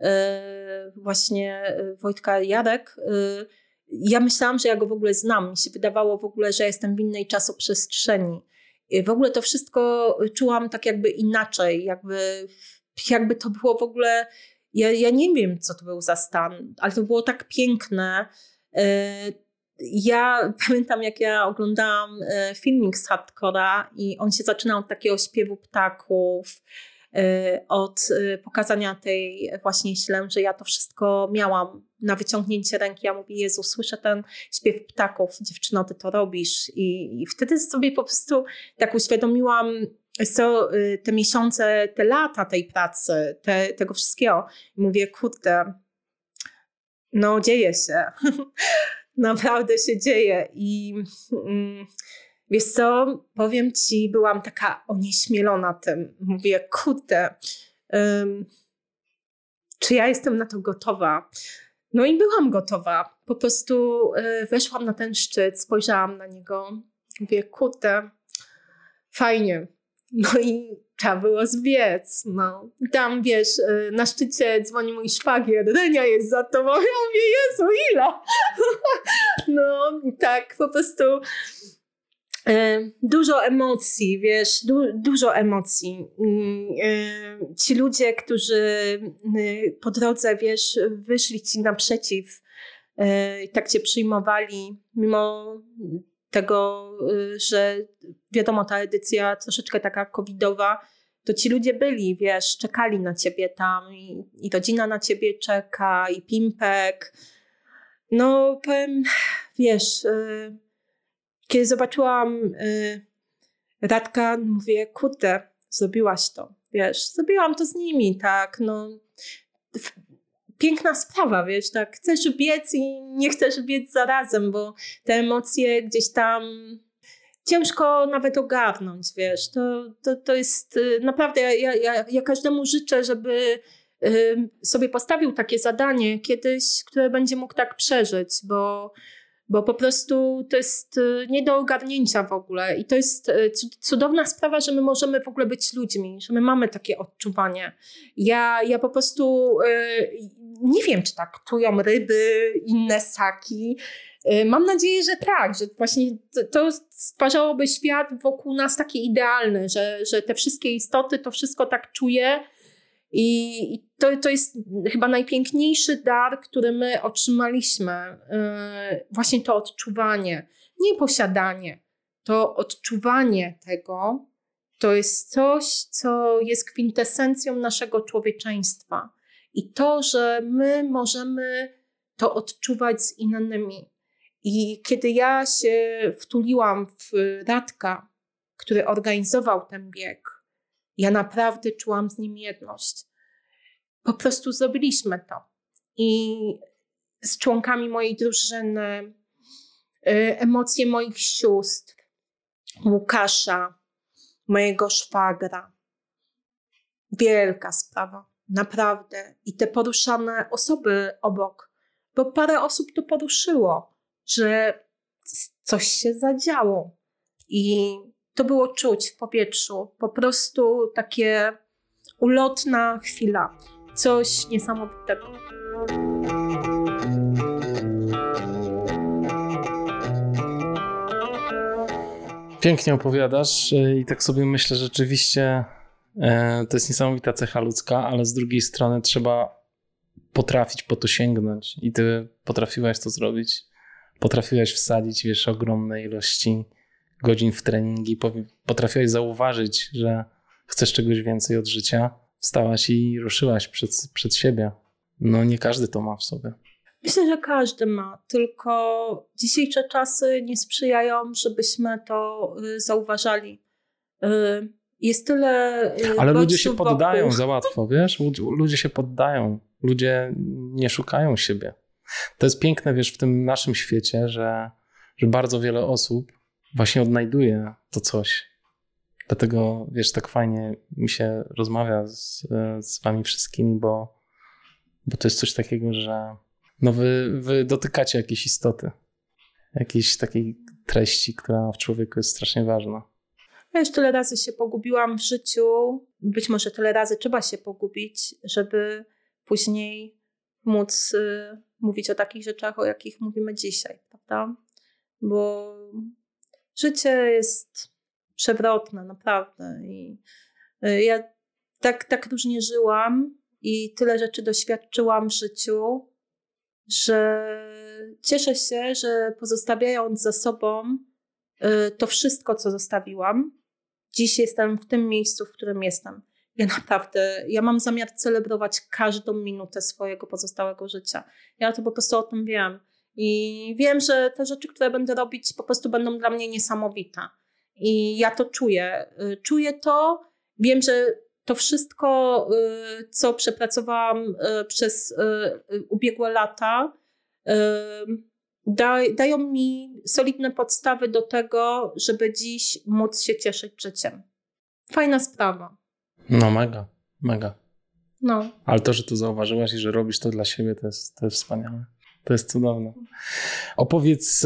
właśnie Wojtka, Jarek. Ja myślałam, że ja go w ogóle znam. Mi się wydawało w ogóle, że jestem w innej czasoprzestrzeni. I w ogóle to wszystko czułam tak jakby inaczej. Jakby to było w ogóle... Ja nie wiem, co to był za stan, ale to było tak piękne. Ja pamiętam, jak ja oglądałam filmik z hardcora i on się zaczynał od takiego śpiewu ptaków, od pokazania tej właśnie Ślęży. Ja to wszystko miałam na wyciągnięcie ręki. Ja mówię, Jezu, słyszę ten śpiew ptaków, dziewczyno, ty to robisz. I wtedy sobie po prostu tak uświadomiłam, co te miesiące, te lata tej pracy, tego wszystkiego. I mówię, kurde, no dzieje się. Naprawdę się dzieje. I wiesz co, powiem ci, byłam taka onieśmielona tym. Mówię, kurde, czy ja jestem na to gotowa? No i byłam gotowa. Po prostu weszłam na ten szczyt, spojrzałam na niego. Mówię, kurde, fajnie. No i trzeba było zbiec. No. Tam, wiesz, na szczycie dzwoni mój szwagier. Renia jest za tobą. Ja mówię, Jezu, ile? No tak, po prostu dużo emocji, wiesz, dużo emocji. Ci ludzie, którzy po drodze, wiesz, wyszli ci naprzeciw, tak cię przyjmowali, mimo tego, że wiadomo, ta edycja troszeczkę taka covidowa, to ci ludzie byli, wiesz, czekali na ciebie tam i rodzina na ciebie czeka, i Pimpek. No powiem, wiesz, kiedy zobaczyłam Radka, mówię, kurde, zrobiłaś to, wiesz, zrobiłam to z nimi, tak, no piękna sprawa, wiesz, tak, chcesz biec i nie chcesz biec zarazem, bo te emocje gdzieś tam ciężko nawet ogarnąć, wiesz, to jest naprawdę, ja każdemu życzę, żeby sobie postawił takie zadanie kiedyś, które będzie mógł tak przeżyć, bo po prostu to jest nie do ogarnięcia w ogóle i to jest cudowna sprawa, że my możemy w ogóle być ludźmi, że my mamy takie odczuwanie. Ja po prostu nie wiem, czy tak czują ryby, inne ssaki. Mam nadzieję, że tak, że właśnie to stwarzałoby świat wokół nas taki idealny, że te wszystkie istoty to wszystko tak czuje I to jest chyba najpiękniejszy dar, który my otrzymaliśmy. Właśnie to odczuwanie, nie posiadanie. To odczuwanie tego to jest coś, co jest kwintesencją naszego człowieczeństwa. I to, że my możemy to odczuwać z innymi. I kiedy ja się wtuliłam w Radka, który organizował ten bieg, ja naprawdę czułam z nim jedność. Po prostu zrobiliśmy to. I z członkami mojej drużyny, emocje moich sióstr, Łukasza, mojego szwagra. Wielka sprawa, naprawdę. I te poruszane osoby obok, bo parę osób to poruszyło, że coś się zadziało. I to było czuć w powietrzu. Po prostu takie ulotna chwila. Coś niesamowitego. Pięknie opowiadasz i tak sobie myślę, że rzeczywiście to jest niesamowita cecha ludzka, ale z drugiej strony trzeba potrafić po to sięgnąć i ty potrafiłaś to zrobić. Potrafiłaś wsadzić, ogromne ilości godzin w treningi, potrafiłaś zauważyć, że chcesz czegoś więcej od życia, wstałaś i ruszyłaś przed siebie. No nie każdy to ma w sobie. Myślę, że każdy ma, tylko dzisiejsze czasy nie sprzyjają, żebyśmy to zauważali. Jest tyle ale ludzie się wokół. poddają za łatwo, wiesz? Ludzie się poddają. Ludzie nie szukają siebie. To jest piękne, w tym naszym świecie, że bardzo wiele osób właśnie odnajduje to coś. Dlatego, tak fajnie mi się rozmawia z wami wszystkimi, bo to jest coś takiego, że wy dotykacie jakiejś istoty, jakiejś takiej treści, która w człowieku jest strasznie ważna. Ja już tyle razy się pogubiłam w życiu, być może tyle razy trzeba się pogubić, żeby później móc mówić o takich rzeczach, o jakich mówimy dzisiaj, prawda? Bo życie jest przewrotne, naprawdę. I ja tak różnie żyłam i tyle rzeczy doświadczyłam w życiu, że cieszę się, że pozostawiając za sobą to wszystko, co zostawiłam, dziś jestem w tym miejscu, w którym jestem. Ja mam zamiar celebrować każdą minutę swojego pozostałego życia. Ja to po prostu o tym wiem. I wiem, że te rzeczy, które będę robić, po prostu będą dla mnie niesamowite. I ja to czuję. Czuję to. Wiem, że to wszystko, co przepracowałam przez ubiegłe lata, dają mi solidne podstawy do tego, żeby dziś móc się cieszyć życiem. Fajna sprawa. No mega. No. Ale to, że to zauważyłaś i że robisz to dla siebie, to jest wspaniałe. To jest cudowne. Opowiedz,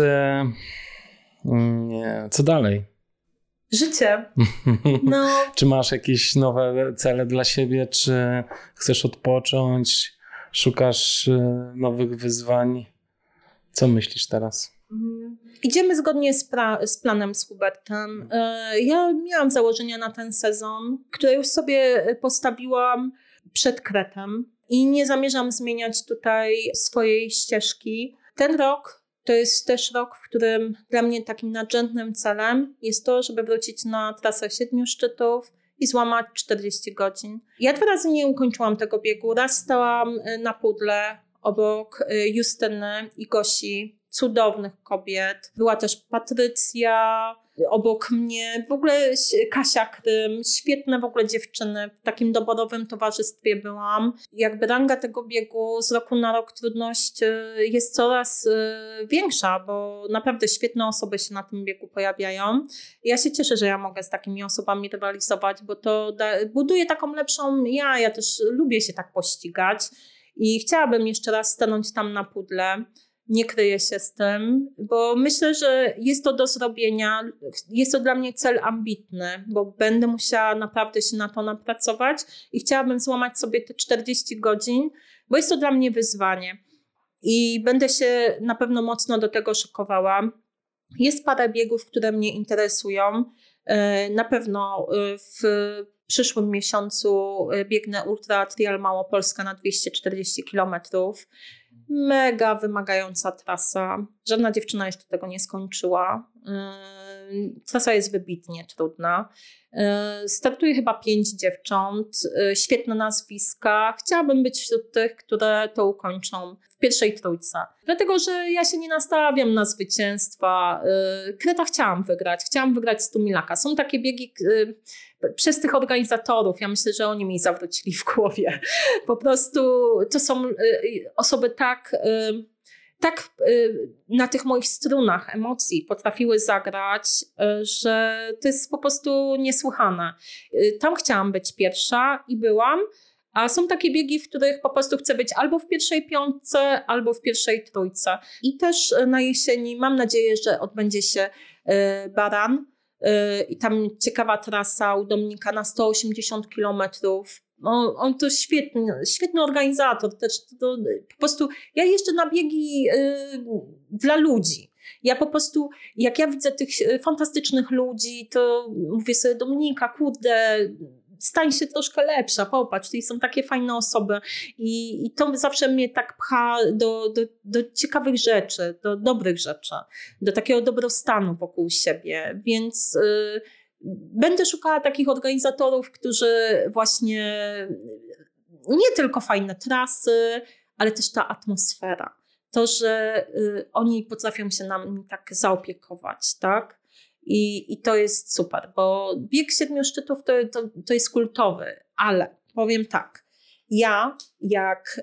co dalej? Życie. No. Czy masz jakieś nowe cele dla siebie? Czy chcesz odpocząć? Szukasz nowych wyzwań? Co myślisz teraz? Idziemy zgodnie z planem z Hubertem. Ja miałam założenia na ten sezon, które już sobie postawiłam przed Kretem i nie zamierzam zmieniać tutaj swojej ścieżki. Ten rok to jest też rok, w którym dla mnie takim nadrzędnym celem jest to, żeby wrócić na trasę 7 szczytów i złamać 40 godzin. Ja 2 razy nie ukończyłam tego biegu. Raz stałam na pudle obok Justyny i Gosi, cudownych kobiet. Była też Patrycja obok mnie, w ogóle Kasia Krym, świetne w ogóle dziewczyny. W takim doborowym towarzystwie byłam. Jakby ranga tego biegu z roku na rok trudność jest coraz większa, bo naprawdę świetne osoby się na tym biegu pojawiają. Ja się cieszę, że ja mogę z takimi osobami rywalizować, bo to buduje taką lepszą ja. Ja też lubię się tak pościgać i chciałabym jeszcze raz stanąć tam na pudle. Nie kryję się z tym, bo myślę, że jest to do zrobienia. Jest to dla mnie cel ambitny, bo będę musiała naprawdę się na to napracować i chciałabym złamać sobie te 40 godzin, bo jest to dla mnie wyzwanie. I będę się na pewno mocno do tego szykowała. Jest parę biegów, które mnie interesują. Na pewno w w przyszłym miesiącu biegnę Ultra Trial Małopolska na 240 km. Mega wymagająca trasa. Żadna dziewczyna jeszcze tego nie skończyła. Trasa jest wybitnie trudna. Startuje chyba 5 dziewcząt, świetne nazwiska. Chciałabym być wśród tych, które to ukończą w pierwszej trójce. Dlatego, że ja się nie nastawiam na zwycięstwa. Kreta chciałam wygrać 100 milaka. Są takie biegi przez tych organizatorów. Ja myślę, że oni mi zawrócili w głowie. Po prostu to są osoby tak na tych moich strunach emocji potrafiły zagrać, że to jest po prostu niesłychane. Tam chciałam być pierwsza i byłam, a są takie biegi, w których po prostu chcę być albo w pierwszej piątce, albo w pierwszej trójce. I też na jesieni mam nadzieję, że odbędzie się Baran i tam ciekawa trasa u Dominika na 180 kilometrów. On to świetny organizator. Też po prostu ja jeżdżę na biegi dla ludzi. Ja po prostu, jak ja widzę tych fantastycznych ludzi, to mówię sobie, Dominika, kurde, stań się troszkę lepsza, popatrz, tutaj są takie fajne osoby i to zawsze mnie tak pcha do ciekawych rzeczy, do dobrych rzeczy, do takiego dobrostanu wokół siebie, więc będę szukała takich organizatorów, którzy właśnie nie tylko fajne trasy, ale też ta atmosfera. To, że oni potrafią się nam tak zaopiekować, tak? I to jest super, bo bieg 7 szczytów to jest kultowy, ale powiem tak, ja jak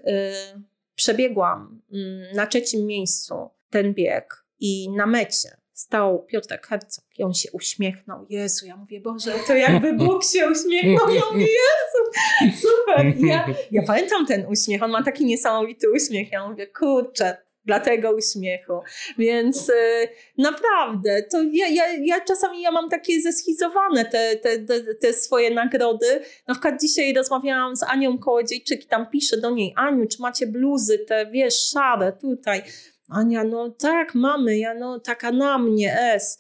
przebiegłam na 3. miejscu ten bieg i na mecie stał Piotrek Hercog i on się uśmiechnął. Jezu, ja mówię, Boże, to jakby Bóg się uśmiechnął. Ja mówię, Jezu, super. Ja pamiętam ten uśmiech, on ma taki niesamowity uśmiech. Ja mówię, kurczę, dla tego uśmiechu. Więc naprawdę, to ja czasami mam takie zeschizowane te swoje nagrody. Na przykład dzisiaj rozmawiałam z Anią Kołodziejczyk i tam piszę do niej, Aniu, czy macie bluzy te, wiesz, szare tutaj? Ania, no tak, mamy, ja no taka na mnie,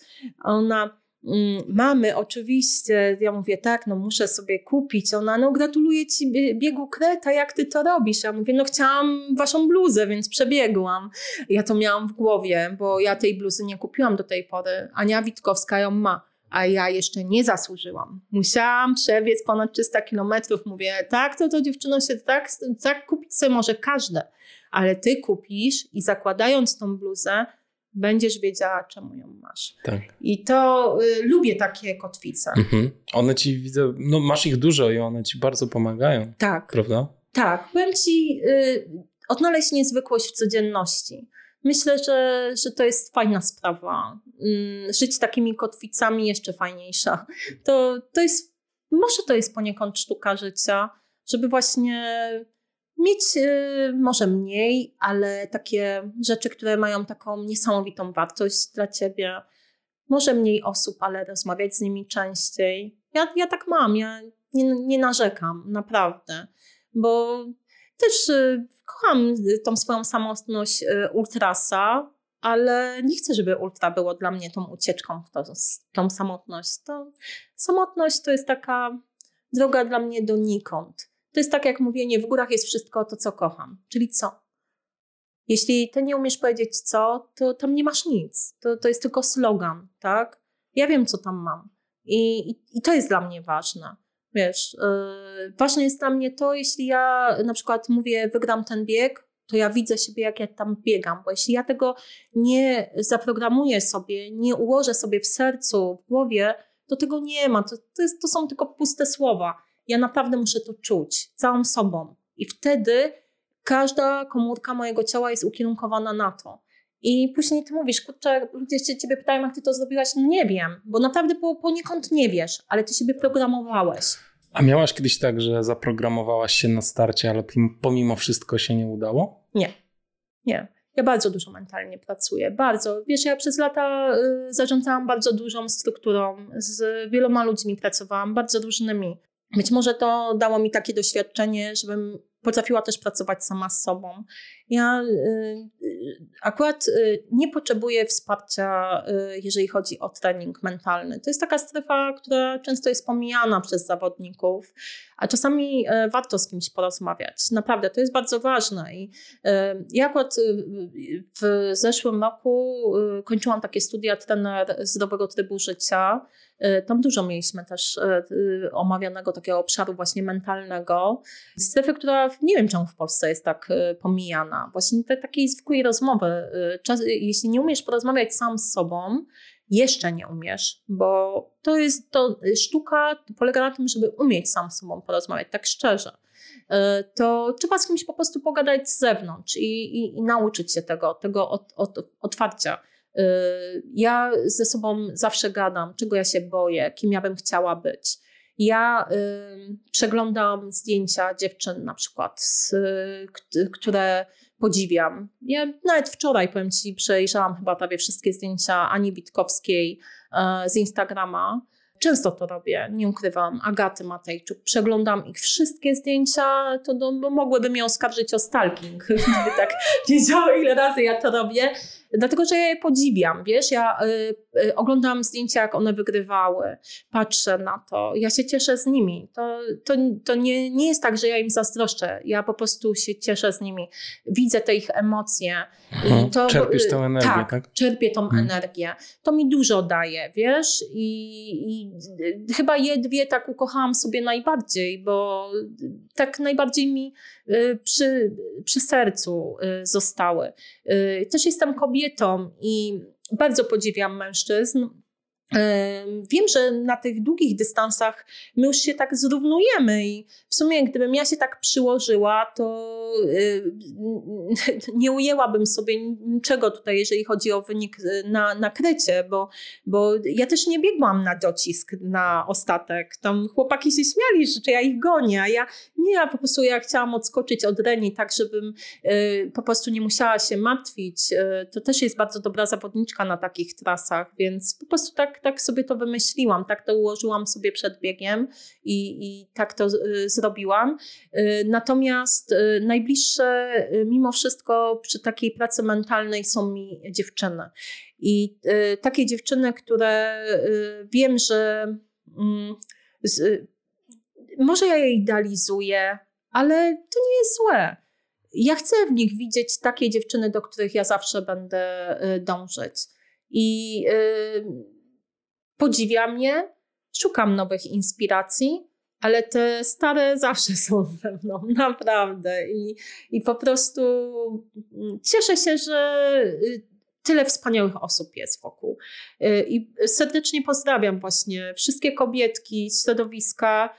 Ona, mamy, oczywiście. Ja mówię, tak, no muszę sobie kupić. Ona, no gratuluję ci biegu Kreta, jak ty to robisz? Ja mówię, no chciałam waszą bluzę, więc przebiegłam. Ja to miałam w głowie, bo ja tej bluzy nie kupiłam do tej pory. Ania Witkowska ją ma, a ja jeszcze nie zasłużyłam. Musiałam przebiec ponad 300 kilometrów. Mówię, tak, to dziewczyno się tak kupić sobie może każde, ale ty kupisz i zakładając tą bluzę, będziesz wiedziała, czemu ją masz. Tak. I to lubię takie kotwice. Mhm. One ci, widzę, no masz ich dużo i one ci bardzo pomagają. Tak. Prawda? Tak. Powiem ci, odnaleźć niezwykłość w codzienności. Myślę, że to jest fajna sprawa. Żyć takimi kotwicami jeszcze fajniejsza. To jest, może to jest poniekąd sztuka życia, żeby właśnie mieć może mniej, ale takie rzeczy, które mają taką niesamowitą wartość dla ciebie. Może mniej osób, ale rozmawiać z nimi częściej. Ja tak mam, ja nie narzekam, naprawdę. Bo też kocham tą swoją samotność ultrasa, ale nie chcę, żeby ultra było dla mnie tą ucieczką w tą samotność. Samotność to jest taka droga dla mnie donikąd. To jest tak jak mówienie, w górach jest wszystko to, co kocham. Czyli co? Jeśli ty nie umiesz powiedzieć co, to tam nie masz nic. To jest tylko slogan, tak? Ja wiem, co tam mam. I to jest dla mnie ważne. Wiesz, ważne jest dla mnie to, jeśli ja na przykład mówię, wygram ten bieg, to ja widzę siebie, jak ja tam biegam. Bo jeśli ja tego nie zaprogramuję sobie, nie ułożę sobie w sercu, w głowie, to tego nie ma. To są tylko puste słowa. Ja naprawdę muszę to czuć całą sobą. I wtedy każda komórka mojego ciała jest ukierunkowana na to. I później ty mówisz, kurczę, ludzie się ciebie pytają, jak ty to zrobiłaś? No nie wiem, bo naprawdę poniekąd nie wiesz, ale ty siebie programowałeś. A miałaś kiedyś tak, że zaprogramowałaś się na starcie, ale pomimo wszystko się nie udało? Nie. Ja bardzo dużo mentalnie pracuję, bardzo. Wiesz, ja przez lata zarządzałam bardzo dużą strukturą, z wieloma ludźmi pracowałam, bardzo różnymi. Być może to dało mi takie doświadczenie, żebym potrafiła też pracować sama z sobą. Ja akurat nie potrzebuję wsparcia, jeżeli chodzi o trening mentalny. To jest taka strefa, która często jest pomijana przez zawodników, a czasami warto z kimś porozmawiać. Naprawdę, to jest bardzo ważne. I ja akurat w zeszłym roku kończyłam takie studia trener zdrowego trybu życia. Tam dużo mieliśmy też omawianego takiego obszaru właśnie mentalnego. Strefy, która nie wiem czemu w Polsce jest tak pomijana. Właśnie takiej zwykłej rozmowy. Jeśli nie umiesz porozmawiać sam z sobą, jeszcze nie umiesz, bo to sztuka polega na tym, żeby umieć sam z sobą porozmawiać, tak szczerze. To trzeba z kimś po prostu pogadać z zewnątrz i nauczyć się tego otwarcia. Ja ze sobą zawsze gadam, czego ja się boję, kim ja bym chciała być. Ja przeglądam zdjęcia dziewczyn na przykład, które podziwiam. Ja nawet wczoraj, powiem Ci, przejrzałam chyba prawie wszystkie zdjęcia Ani Witkowskiej z Instagrama. Często to robię, nie ukrywam, Agaty Matejczuk. Przeglądam ich wszystkie zdjęcia, to mogłyby mnie oskarżyć o stalking, gdyby tak wiedziała, ile razy ja to robię. Dlatego, że ja je podziwiam, wiesz, ja oglądam zdjęcia, jak one wygrywały, patrzę na to, ja się cieszę z nimi. To nie jest tak, że ja im zazdroszczę, ja po prostu się cieszę z nimi, widzę te ich emocje. I to, czerpiesz tę energię, tak? Czerpię tą energię. To mi dużo daje, wiesz, i chyba je dwie tak ukochałam sobie najbardziej, bo tak najbardziej mi przy sercu zostały. Też jestem kobietą i bardzo podziwiam mężczyzn. Wiem, że na tych długich dystansach my już się tak zrównujemy i w sumie gdybym ja się tak przyłożyła, to nie ujęłabym sobie niczego tutaj, jeżeli chodzi o wynik na krecie, bo ja też nie biegłam na docisk na ostatek. Tam chłopaki się śmiali, że ja ich gonię, a ja po prostu chciałam odskoczyć od Reni tak, żebym po prostu nie musiała się martwić. To też jest bardzo dobra zawodniczka na takich trasach, więc po prostu tak sobie to wymyśliłam, tak to ułożyłam sobie przed biegiem i tak to zrobiłam. Natomiast najbliższe mimo wszystko przy takiej pracy mentalnej są mi dziewczyny. I takie dziewczyny, które wiem, że może ja je idealizuję, ale to nie jest złe. Ja chcę w nich widzieć takie dziewczyny, do których ja zawsze będę dążyć. I podziwiam je, szukam nowych inspiracji, ale te stare zawsze są ze mną, naprawdę. I po prostu cieszę się, że tyle wspaniałych osób jest wokół. I serdecznie pozdrawiam właśnie wszystkie kobietki z środowiska.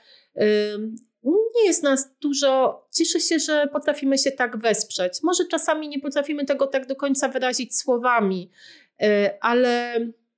Nie jest nas dużo. Cieszę się, że potrafimy się tak wesprzeć. Może czasami nie potrafimy tego tak do końca wyrazić słowami, ale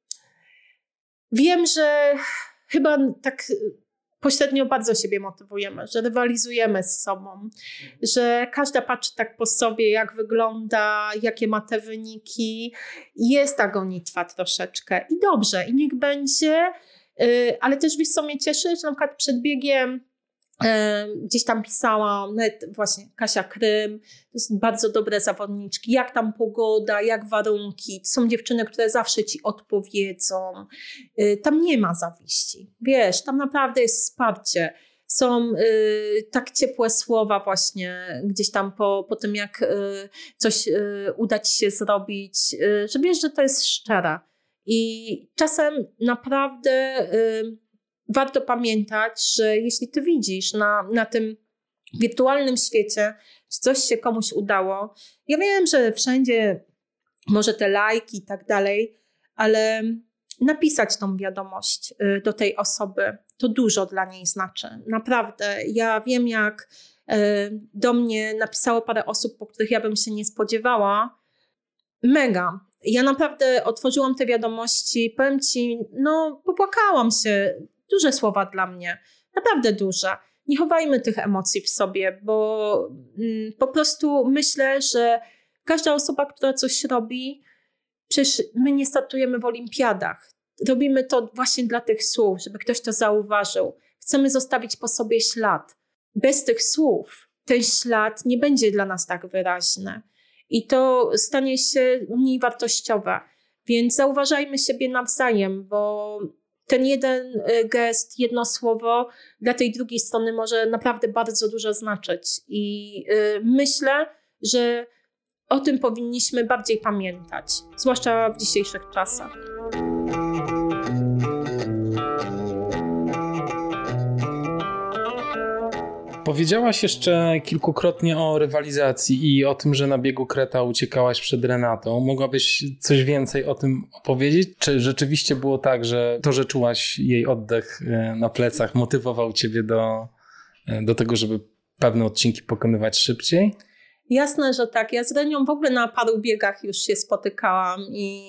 wiem, że chyba tak pośrednio bardzo siebie motywujemy, że rywalizujemy z sobą, że każda patrzy tak po sobie, jak wygląda, jakie ma te wyniki. Jest ta gonitwa troszeczkę i dobrze, i niech będzie, ale też wiesz, co mnie cieszy, że na przykład przed biegiem gdzieś tam pisałam, nawet właśnie Kasia Krym, to są bardzo dobre zawodniczki, jak tam pogoda, jak warunki, to są dziewczyny, które zawsze ci odpowiedzą, tam nie ma zawiści, wiesz, tam naprawdę jest wsparcie, są tak ciepłe słowa właśnie gdzieś tam po tym, jak coś uda ci się zrobić, że wiesz, że to jest szczere i czasem naprawdę warto pamiętać, że jeśli ty widzisz na tym wirtualnym świecie, że coś się komuś udało, ja wiem, że wszędzie może te lajki i tak dalej, ale napisać tą wiadomość do tej osoby, to dużo dla niej znaczy. Naprawdę. Ja wiem, jak do mnie napisało parę osób, po których ja bym się nie spodziewała. Mega. Ja naprawdę otworzyłam te wiadomości, powiem ci, popłakałam się. Duże słowa dla mnie, naprawdę duże. Nie chowajmy tych emocji w sobie, bo po prostu myślę, że każda osoba, która coś robi, przecież my nie startujemy w olimpiadach. Robimy to właśnie dla tych słów, żeby ktoś to zauważył. Chcemy zostawić po sobie ślad. Bez tych słów ten ślad nie będzie dla nas tak wyraźny. i to stanie się mniej wartościowe. Więc zauważajmy siebie nawzajem, bo ten jeden gest, jedno słowo dla tej drugiej strony może naprawdę bardzo dużo znaczyć. I myślę, że o tym powinniśmy bardziej pamiętać, zwłaszcza w dzisiejszych czasach. Powiedziałaś jeszcze kilkukrotnie o rywalizacji i o tym, że na biegu Kreta uciekałaś przed Renatą. Mogłabyś coś więcej o tym opowiedzieć? Czy rzeczywiście było tak, że to, że czułaś jej oddech na plecach, motywował ciebie do tego, żeby pewne odcinki pokonywać szybciej? Jasne, że tak. Ja z Renią w ogóle na paru biegach już się spotykałam i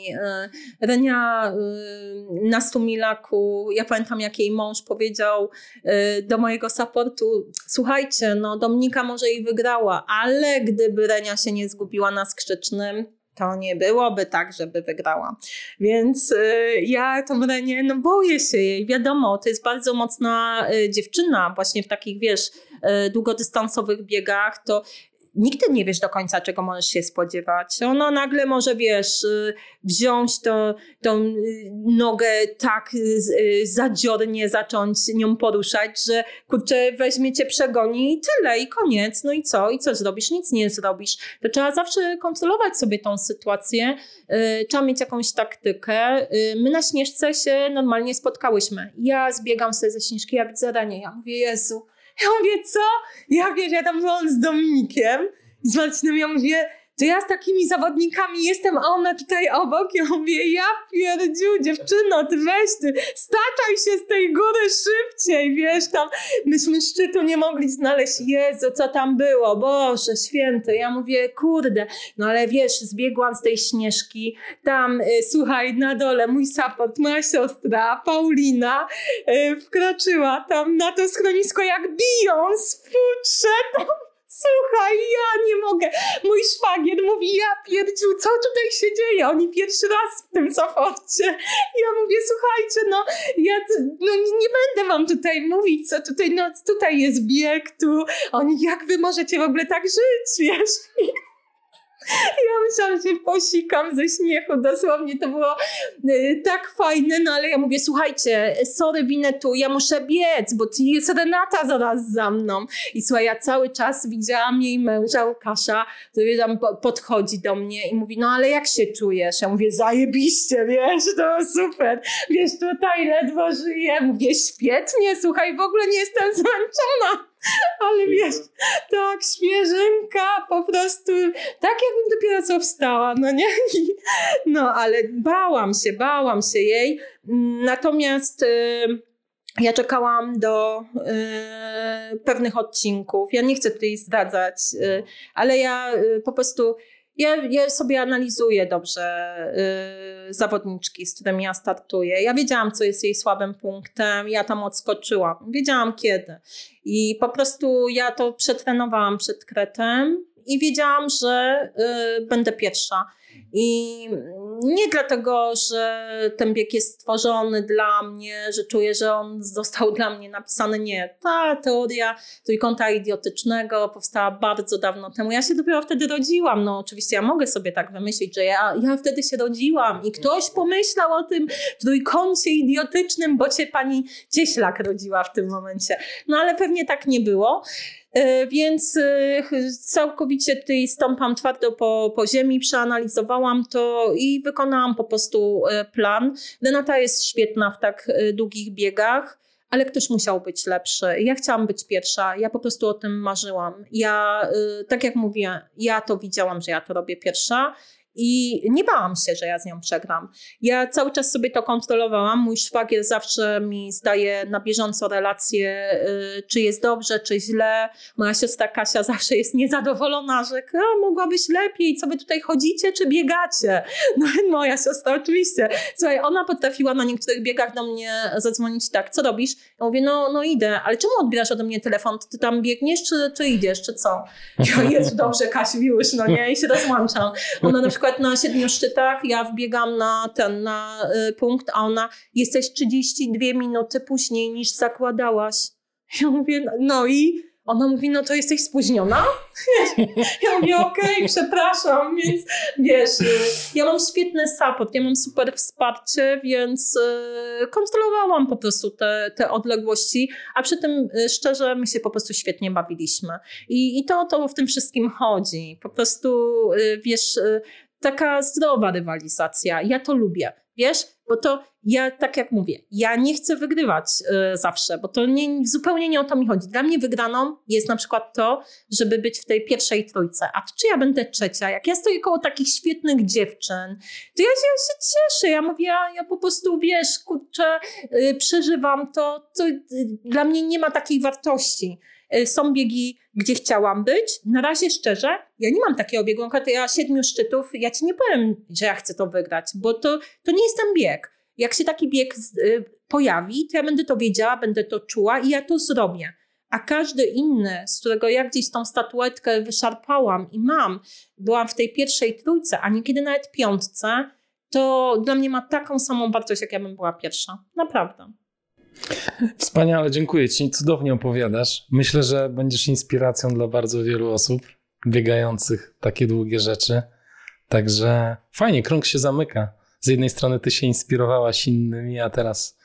Renia na 100 milaku, ja pamiętam jak jej mąż powiedział do mojego supportu, słuchajcie, no Dominika może i wygrała, ale gdyby Renia się nie zgubiła na skrzycznym, to nie byłoby tak, żeby wygrała. Więc ja tą Renię, no boję się jej, wiadomo, to jest bardzo mocna dziewczyna właśnie w takich, wiesz, długodystansowych biegach, to nigdy nie wiesz do końca, czego możesz się spodziewać. Ona nagle może, wiesz, wziąć tą nogę tak zadziornie, zacząć nią poruszać, że kurczę, weźmie cię, przegoni i tyle, i koniec. No i co? I co zrobisz? Nic nie zrobisz. To trzeba zawsze kontrolować sobie tą sytuację. Trzeba mieć jakąś taktykę. My na Śnieżce się normalnie spotkałyśmy. Ja zbiegam sobie ze Śnieżki, ja widzę Renię. Ja mówię, Jezu. Ja mówię, co? Ja tam byłam z Dominikiem i z Marcinem, ja mówię, to ja z takimi zawodnikami jestem, a ona tutaj obok. Ja mówię, ja pierdziu, dziewczyno, ty weź ty, staczaj się z tej góry szybciej, wiesz, tam myśmy szczytu nie mogli znaleźć. Jezu, co tam było, Boże święty. Ja mówię, kurde, no ale wiesz, zbiegłam z tej Śnieżki, tam, słuchaj, na dole mój support, moja siostra, Paulina, wkroczyła tam na to schronisko jak Beyoncé, futrze tam. Słuchaj, ja nie mogę. Mój szwagier mówi, ja pierdziu, co tutaj się dzieje? Oni pierwszy raz w tym saporcie. Ja mówię, słuchajcie, ja nie będę wam tutaj mówić, co tutaj, tutaj jest bieg, tu. Oni, jak wy możecie w ogóle tak żyć, wiesz? Ja myślałam, że posikam ze śmiechu, dosłownie to było tak fajne, no ale ja mówię, słuchajcie, sorry, Winetu, ja muszę biec, bo jest Renata zaraz za mną. I słuchaj, ja cały czas widziałam jej męża Łukasza, który tam podchodzi do mnie i mówi, no ale jak się czujesz? Ja mówię, zajebiście, wiesz, to super, wiesz, tutaj ledwo żyję. Mówię, świetnie, słuchaj, w ogóle nie jestem zmęczona. Ale wiesz, tak świeżynka, po prostu tak jakbym dopiero co wstała, no nie? No ale bałam się jej, natomiast ja czekałam do pewnych odcinków, ja nie chcę tutaj zdradzać, ale ja po prostu ja sobie analizuję dobrze zawodniczki, z którymi ja startuję. Ja wiedziałam, co jest jej słabym punktem. Ja tam odskoczyłam. Wiedziałam kiedy. I po prostu ja to przetrenowałam przed Kretem i wiedziałam, że będę pierwsza. I nie dlatego, że ten bieg jest stworzony dla mnie, że czuję, że on został dla mnie napisany. Nie. Ta teoria trójkąta idiotycznego powstała bardzo dawno temu. Ja się dopiero wtedy rodziłam. No oczywiście ja mogę sobie tak wymyślić, że ja wtedy się rodziłam i ktoś pomyślał o tym trójkącie idiotycznym, bo cię pani Cieślak rodziła w tym momencie. No ale pewnie tak nie było. Więc całkowicie tutaj stąpam twardo po ziemi, przeanalizowałam to i wykonałam po prostu plan. Renata jest świetna w tak długich biegach, ale ktoś musiał być lepszy. Ja chciałam być pierwsza, ja po prostu o tym marzyłam. Ja, tak jak mówię, ja to widziałam, że ja to robię pierwsza. I nie bałam się, że ja z nią przegram. Ja cały czas sobie to kontrolowałam. Mój szwagier zawsze mi zdaje na bieżąco relacje, czy jest dobrze, czy źle. Moja siostra Kasia zawsze jest niezadowolona, że mogłabyś lepiej, co wy tutaj chodzicie, czy biegacie? No moja siostra oczywiście. Słuchaj, ona potrafiła na niektórych biegach do mnie zadzwonić tak, co robisz? Ja mówię, no idę, ale czemu odbierasz ode mnie telefon? Ty tam biegniesz, czy idziesz, czy co? Ja, Jezu, dobrze, Kasiu, już, no nie? I się rozłączam. Ona na przykład na 7 szczytach, ja wbiegam na punkt, a ona, jesteś 32 minuty później niż zakładałaś. Ja mówię, no i Ona mówi, no to jesteś spóźniona? Ja mówię, okej, przepraszam, więc wiesz, ja mam świetny support, ja mam super wsparcie, więc kontrolowałam po prostu te odległości, a przy tym szczerze my się po prostu świetnie bawiliśmy. I to w tym wszystkim chodzi. Po prostu, wiesz, taka zdrowa rywalizacja. Ja to lubię, wiesz, bo to ja, tak jak mówię, ja nie chcę wygrywać zawsze, bo to zupełnie nie o to mi chodzi. Dla mnie wygraną jest na przykład to, żeby być w tej pierwszej trójce. A czy ja będę trzecia? Jak ja stoję koło takich świetnych dziewczyn, to ja się cieszę. Ja mówię, ja po prostu, wiesz, kurczę, przeżywam to dla mnie nie ma takiej wartości. Są biegi, gdzie chciałam być. Na razie szczerze, ja nie mam takiego biegu. Ja 7 szczytów, ja ci nie powiem, że ja chcę to wygrać, bo to nie jest ten bieg. Jak się taki bieg pojawi, to ja będę to wiedziała, będę to czuła i ja to zrobię. A każdy inny, z którego ja gdzieś tą statuetkę wyszarpałam i byłam w tej pierwszej trójce, a niekiedy nawet 5, to dla mnie ma taką samą wartość, jak ja bym była pierwsza. Naprawdę. Wspaniale, dziękuję ci, cudownie opowiadasz. Myślę, że będziesz inspiracją dla bardzo wielu osób biegających takie długie rzeczy. Także fajnie, krąg się zamyka. Z jednej strony ty się inspirowałaś innymi, a teraz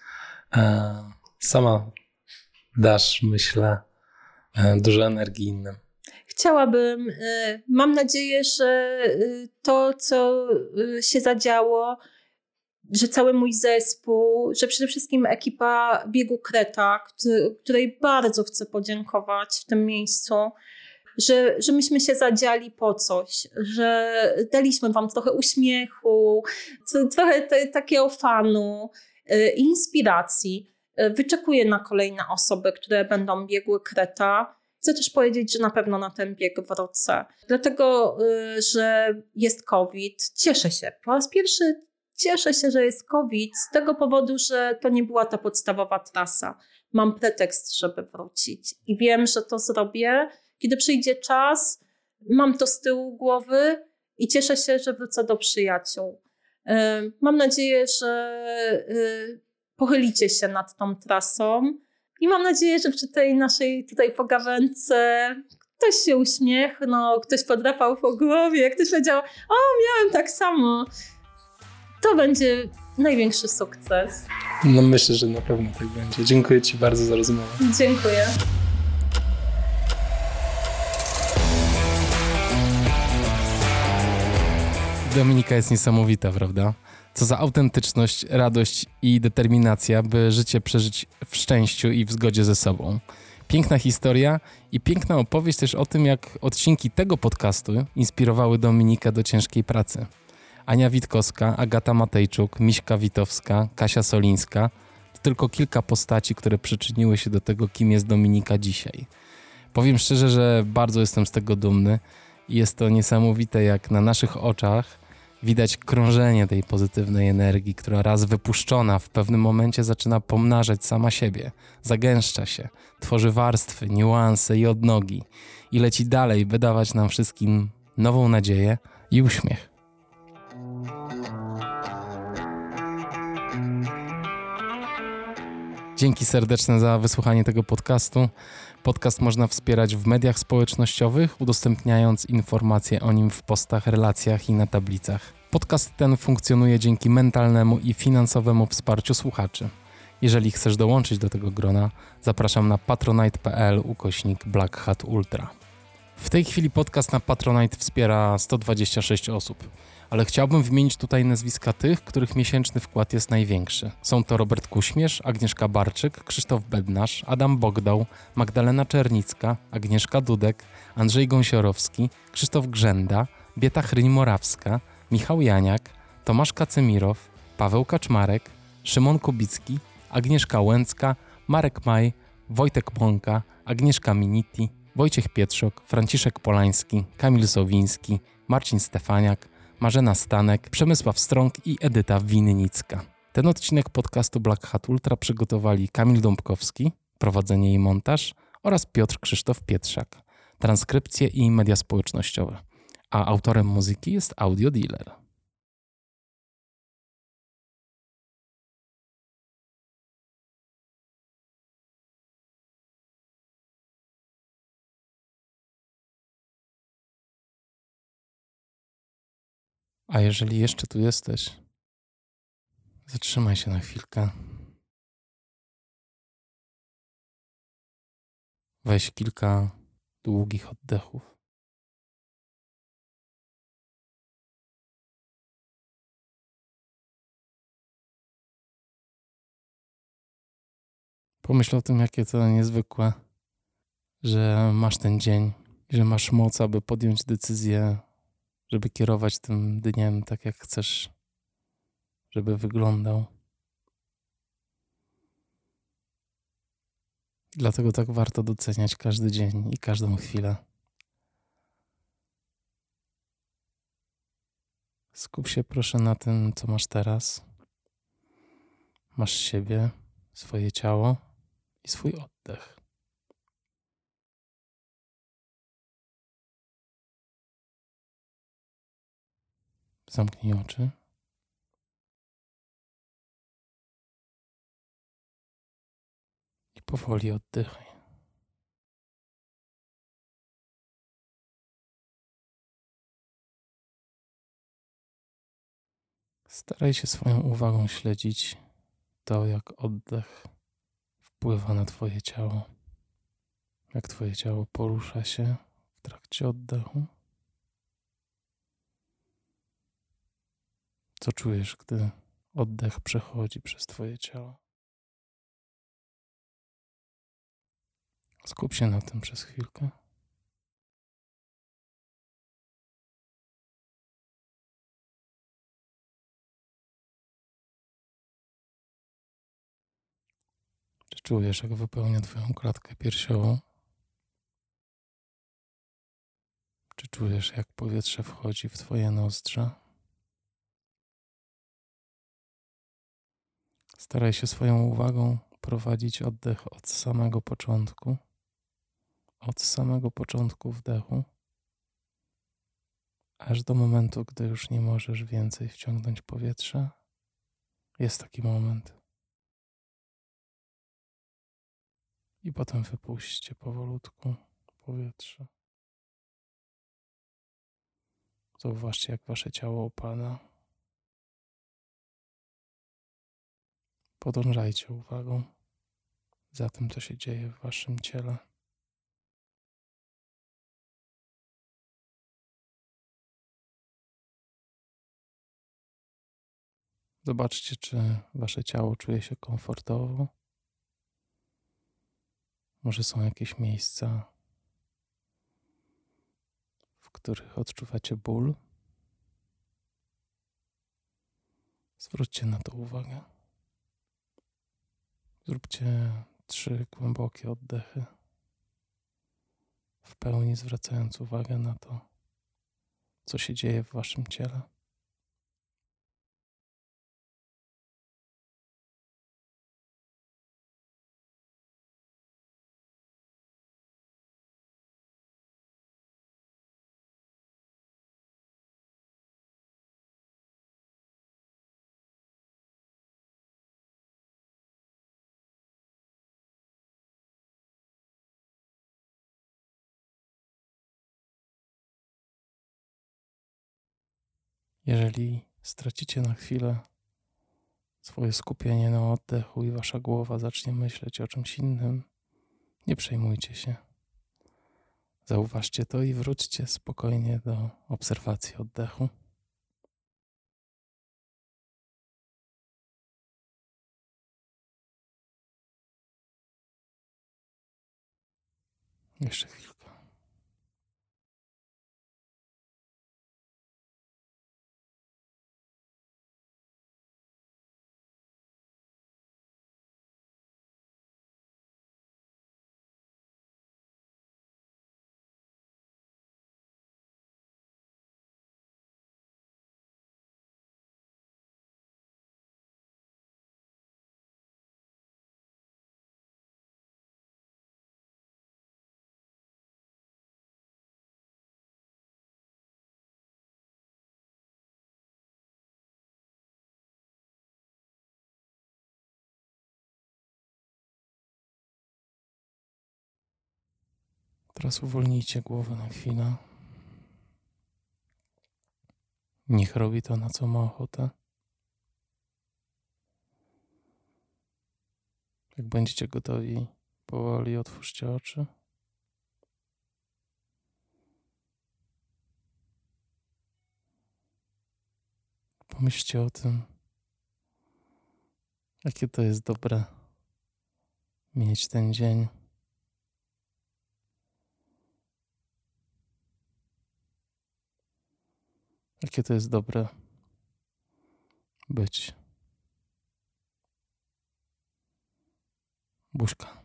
sama dasz, myślę, dużo energii innym. Chciałabym, mam nadzieję, że to, co się zadziało, że cały mój zespół, że przede wszystkim ekipa Biegu Kreta, której bardzo chcę podziękować w tym miejscu, że myśmy się zadziali po coś, że daliśmy wam trochę uśmiechu, trochę takiego fanu, inspiracji. Wyczekuję na kolejne osoby, które będą biegły Kreta. Chcę też powiedzieć, że na pewno na ten bieg wrócę. Dlatego, że jest COVID, cieszę się. Po raz pierwszy cieszę się, że jest COVID z tego powodu, że to nie była ta podstawowa trasa. Mam pretekst, żeby wrócić i wiem, że to zrobię. Kiedy przyjdzie czas, mam to z tyłu głowy i cieszę się, że wrócę do przyjaciół. Mam nadzieję, że pochylicie się nad tą trasą i mam nadzieję, że przy tej naszej tutaj pogawędce ktoś się uśmiechnął, ktoś podrapał po głowie, ktoś powiedział, o, miałem tak samo. To będzie największy sukces. No myślę, że na pewno tak będzie. Dziękuję ci bardzo za rozmowę. Dziękuję. Dominika jest niesamowita, prawda? Co za autentyczność, radość i determinacja, by życie przeżyć w szczęściu i w zgodzie ze sobą. Piękna historia i piękna opowieść też o tym, jak odcinki tego podcastu inspirowały Dominikę do ciężkiej pracy. Ania Witkowska, Agata Matejczuk, Miśka Witowska, Kasia Solińska to tylko kilka postaci, które przyczyniły się do tego, kim jest Dominika dzisiaj. Powiem szczerze, że bardzo jestem z tego dumny i jest to niesamowite, jak na naszych oczach widać krążenie tej pozytywnej energii, która raz wypuszczona w pewnym momencie zaczyna pomnażać sama siebie, zagęszcza się, tworzy warstwy, niuanse i odnogi i leci dalej, by dawać nam wszystkim nową nadzieję i uśmiech. Dzięki serdeczne za wysłuchanie tego podcastu. Podcast można wspierać w mediach społecznościowych, udostępniając informacje o nim w postach, relacjach i na tablicach. Podcast ten funkcjonuje dzięki mentalnemu i finansowemu wsparciu słuchaczy. Jeżeli chcesz dołączyć do tego grona, zapraszam na patronite.pl/Black Hat Ultra. W tej chwili podcast na Patronite wspiera 126 osób, ale chciałbym wymienić tutaj nazwiska tych, których miesięczny wkład jest największy. Są to Robert Kuśmierz, Agnieszka Barczyk, Krzysztof Bednarz, Adam Bogdał, Magdalena Czernicka, Agnieszka Dudek, Andrzej Gąsiorowski, Krzysztof Grzenda, Bieta Chryń-Morawska, Michał Janiak, Tomasz Kacemirow, Paweł Kaczmarek, Szymon Kubicki, Agnieszka Łęcka, Marek Maj, Wojtek Pąka, Agnieszka Miniti, Wojciech Pietrzok, Franciszek Polański, Kamil Sowiński, Marcin Stefaniak, Marzena Stanek, Przemysław Strąg i Edyta Winnicka. Ten odcinek podcastu Black Hat Ultra przygotowali Kamil Dąbkowski, prowadzenie i montaż oraz Piotr Krzysztof Pietrzak, transkrypcje i media społecznościowe. A autorem muzyki jest Audio Dealer. A jeżeli jeszcze tu jesteś, zatrzymaj się na chwilkę. Weź kilka długich oddechów. Pomyśl o tym, jakie to niezwykłe, że masz ten dzień, że masz moc, aby podjąć decyzję, żeby kierować tym dniem tak, jak chcesz, żeby wyglądał. Dlatego tak warto doceniać każdy dzień i każdą chwilę. Skup się proszę na tym, co masz teraz. Masz siebie, swoje ciało i swój oddech. Zamknij oczy. I powoli oddychaj. Staraj się swoją uwagą śledzić to, jak oddech wpływa na twoje ciało. Jak twoje ciało porusza się w trakcie oddechu. Co czujesz, gdy oddech przechodzi przez twoje ciało? Skup się na tym przez chwilkę. Czy czujesz, jak wypełnia twoją klatkę piersiową? Czy czujesz, jak powietrze wchodzi w twoje nozdrza? Staraj się swoją uwagą prowadzić oddech od samego początku wdechu, aż do momentu, gdy już nie możesz więcej wciągnąć powietrza. Jest taki moment. I potem wypuśćcie powolutku powietrze. Zauważcie, jak wasze ciało opada. Podążajcie uwagą za tym, co się dzieje w waszym ciele. Zobaczcie, czy wasze ciało czuje się komfortowo. Może są jakieś miejsca, w których odczuwacie ból. Zwróćcie na to uwagę. Zróbcie 3 głębokie oddechy, w pełni zwracając uwagę na to, co się dzieje w waszym ciele. Jeżeli stracicie na chwilę swoje skupienie na oddechu i wasza głowa zacznie myśleć o czymś innym, nie przejmujcie się. Zauważcie to i wróćcie spokojnie do obserwacji oddechu. Jeszcze chwilkę. Teraz uwolnijcie głowę na chwilę. Niech robi to, na co ma ochotę. Jak będziecie gotowi, powoli otwórzcie oczy. Pomyślcie o tym, jakie to jest dobre mieć ten dzień. Jakie to jest dobre być. Buźka.